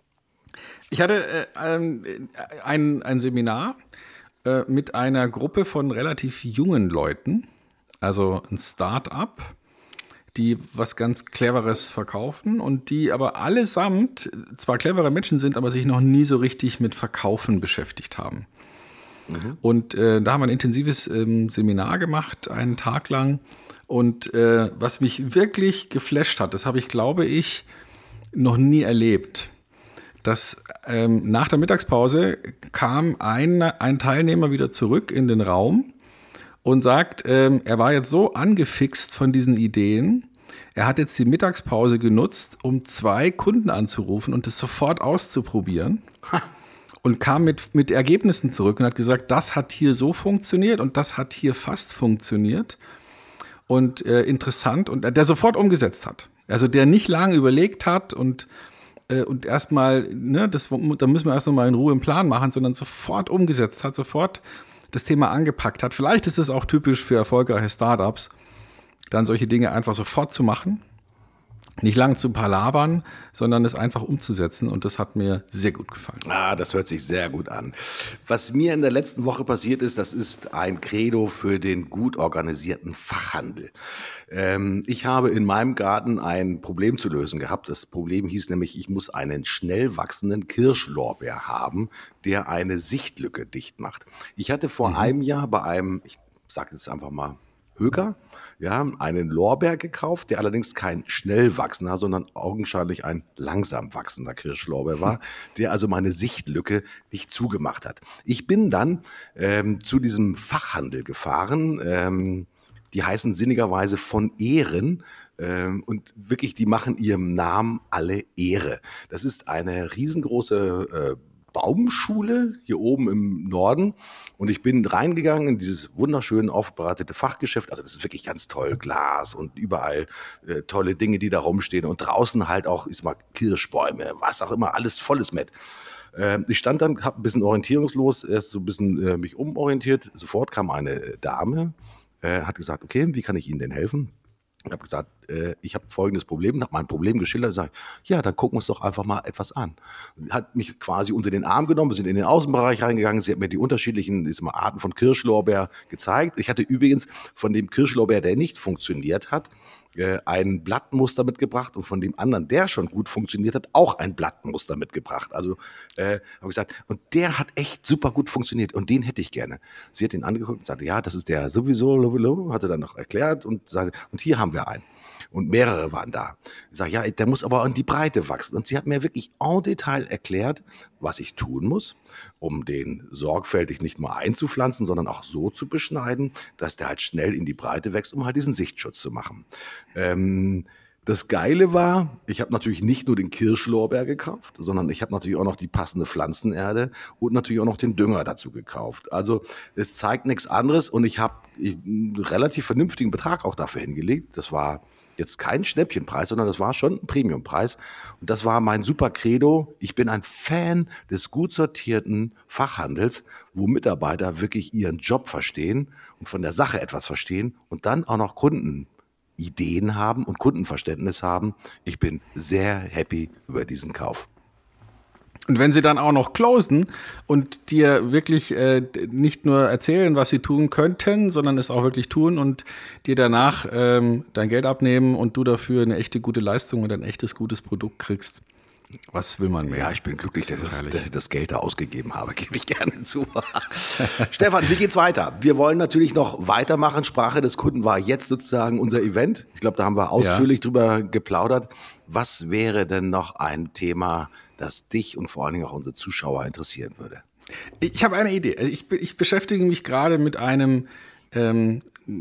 S1: Ich hatte äh, ein, ein, ein Seminar äh, mit einer Gruppe von relativ jungen Leuten. Also ein Start-up, die was ganz Cleveres verkaufen und die aber allesamt zwar clevere Menschen sind, aber sich noch nie so richtig mit Verkaufen beschäftigt haben. Mhm. Und äh, da haben wir ein intensives ähm, Seminar gemacht, einen Tag lang. Und äh, was mich wirklich geflasht hat, das habe ich, glaube ich, noch nie erlebt. Dass ähm, nach der Mittagspause kam ein, ein Teilnehmer wieder zurück in den Raum und sagt, ähm, er war jetzt so angefixt von diesen Ideen, er hat jetzt die Mittagspause genutzt, um zwei Kunden anzurufen und das sofort auszuprobieren und kam mit, mit Ergebnissen zurück und hat gesagt, das hat hier so funktioniert und das hat hier fast funktioniert und äh, interessant und der sofort umgesetzt hat. Also der nicht lange überlegt hat und äh, und erstmal, ne, das, da müssen wir erst noch mal in Ruhe einen Plan machen, sondern sofort umgesetzt hat, sofort das Thema angepackt hat. Vielleicht ist es auch typisch für erfolgreiche Startups, dann solche Dinge einfach sofort zu machen, nicht lange zu palavern, sondern es einfach umzusetzen. Und das hat mir sehr gut gefallen.
S3: Ah, das hört sich sehr gut an. Was mir in der letzten Woche passiert ist, das ist ein Credo für den gut organisierten Fachhandel. Ähm, ich habe in meinem Garten ein Problem zu lösen gehabt. Das Problem hieß nämlich, ich muss einen schnell wachsenden Kirschlorbeer haben, der eine Sichtlücke dicht macht. Ich hatte vor mhm. einem Jahr bei einem, ich sage jetzt einfach mal, Höker, ja, einen Lorbeer gekauft, der allerdings kein schnell wachsender, sondern augenscheinlich ein langsam wachsender Kirschlorbeer war, der also meine Sichtlücke nicht zugemacht hat. Ich bin dann ähm, zu diesem Fachhandel gefahren, ähm, die heißen sinnigerweise von Ehren, ähm, und wirklich, die machen ihrem Namen alle Ehre. Das ist eine riesengroße äh, Baumschule hier oben im Norden und ich bin reingegangen in dieses wunderschön aufbereitete Fachgeschäft. Also das ist wirklich ganz toll, Glas und überall äh, tolle Dinge, die da rumstehen und draußen halt auch, ich sag mal, Kirschbäume, was auch immer, alles volles mit. Äh, ich stand dann, hab ein bisschen orientierungslos, erst so ein bisschen äh, mich umorientiert. Sofort kam eine Dame, äh, hat gesagt, okay, wie kann ich Ihnen denn helfen? Ich habe gesagt, äh, ich habe folgendes Problem, habe mein Problem geschildert, sage ich, ja, dann gucken wir uns doch einfach mal etwas an. Hat mich quasi unter den Arm genommen, wir sind in den Außenbereich reingegangen, sie hat mir die unterschiedlichen ist mal, Arten von Kirschlorbeer gezeigt. Ich hatte übrigens von dem Kirschlorbeer, der nicht funktioniert hat, äh, ein Blattmuster mitgebracht und von dem anderen, der schon gut funktioniert hat, auch ein Blattmuster mitgebracht. Also äh, habe ich gesagt, und der hat echt super gut funktioniert und den hätte ich gerne. Sie hat ihn angeguckt und sagte, ja, das ist der sowieso, hatte dann noch erklärt und sagte, und hier haben wir einen. Und mehrere waren da. Ich sage, ja, der muss aber in die Breite wachsen. Und sie hat mir wirklich en Detail erklärt, was ich tun muss, um den sorgfältig nicht nur einzupflanzen, sondern auch so zu beschneiden, dass der halt schnell in die Breite wächst, um halt diesen Sichtschutz zu machen. Ähm, das Geile war, ich habe natürlich nicht nur den Kirschlorbeer gekauft, sondern ich habe natürlich auch noch die passende Pflanzenerde und natürlich auch noch den Dünger dazu gekauft. Also es zeigt nichts anderes und ich habe einen relativ vernünftigen Betrag auch dafür hingelegt. Das war jetzt kein Schnäppchenpreis, sondern das war schon ein Premiumpreis. Und das war mein super Credo. Ich bin ein Fan des gut sortierten Fachhandels, wo Mitarbeiter wirklich ihren Job verstehen und von der Sache etwas verstehen und dann auch noch Kundenideen haben und Kundenverständnis haben. Ich bin sehr happy über diesen Kauf.
S1: Und wenn sie dann auch noch closen und dir wirklich äh, nicht nur erzählen, was sie tun könnten, sondern es auch wirklich tun und dir danach ähm, dein Geld abnehmen und du dafür eine echte gute Leistung und ein echtes gutes Produkt kriegst, was will man mehr?
S3: Ja, ich bin glücklich, das dass ich das, das Geld da ausgegeben habe, gebe ich gerne zu. Stefan, wie geht's weiter? Wir wollen natürlich noch weitermachen. Sprache des Kunden war jetzt sozusagen unser Event. Ich glaube, da haben wir ausführlich ja. drüber geplaudert. Was wäre denn noch ein Thema, das dich und vor allen Dingen auch unsere Zuschauer interessieren würde?
S1: Ich habe eine Idee. Ich, ich beschäftige mich gerade mit einem, ähm,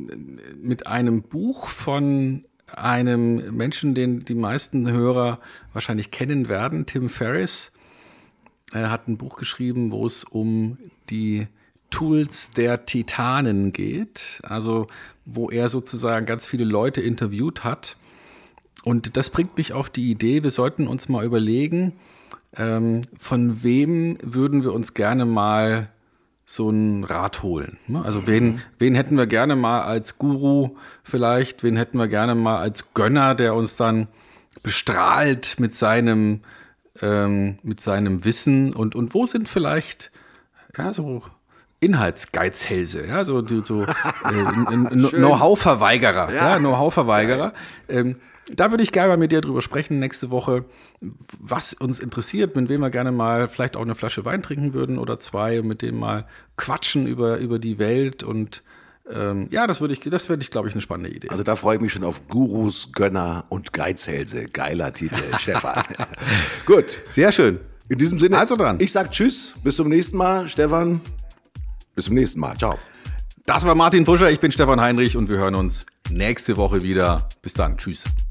S1: mit einem Buch von einem Menschen, den die meisten Hörer wahrscheinlich kennen werden, Tim Ferriss. Er hat ein Buch geschrieben, wo es um die Tools der Titanen geht, also wo er sozusagen ganz viele Leute interviewt hat. Und das bringt mich auf die Idee, wir sollten uns mal überlegen, ähm, von wem würden wir uns gerne mal so einen Rat holen. Also wen, wen hätten wir gerne mal als Guru vielleicht, wen hätten wir gerne mal als Gönner, der uns dann bestrahlt mit seinem, ähm, mit seinem Wissen und, und wo sind vielleicht ja, so Inhaltsgeizhälse, ja, so, so äh, Know-how-Verweigerer, ja. ja, Know-how-Verweigerer. Ähm, Da würde ich gerne mal mit dir drüber sprechen nächste Woche, was uns interessiert, mit wem wir gerne mal vielleicht auch eine Flasche Wein trinken würden oder zwei, mit dem mal quatschen über, über die Welt und ähm, ja, das würde ich, das würde ich, glaube ich, eine spannende Idee.
S3: Also da freue ich mich schon auf Gurus, Gönner und Geizhälse. Geiler Titel, Stefan. Gut.
S1: Sehr schön.
S3: In diesem Sinne,
S1: also dran.
S3: Ich sag Tschüss, bis zum nächsten Mal. Stefan, bis zum nächsten Mal. Ciao.
S1: Das war Martin Puscher, ich bin Stefan Heinrich und wir hören uns nächste Woche wieder. Bis dann, tschüss.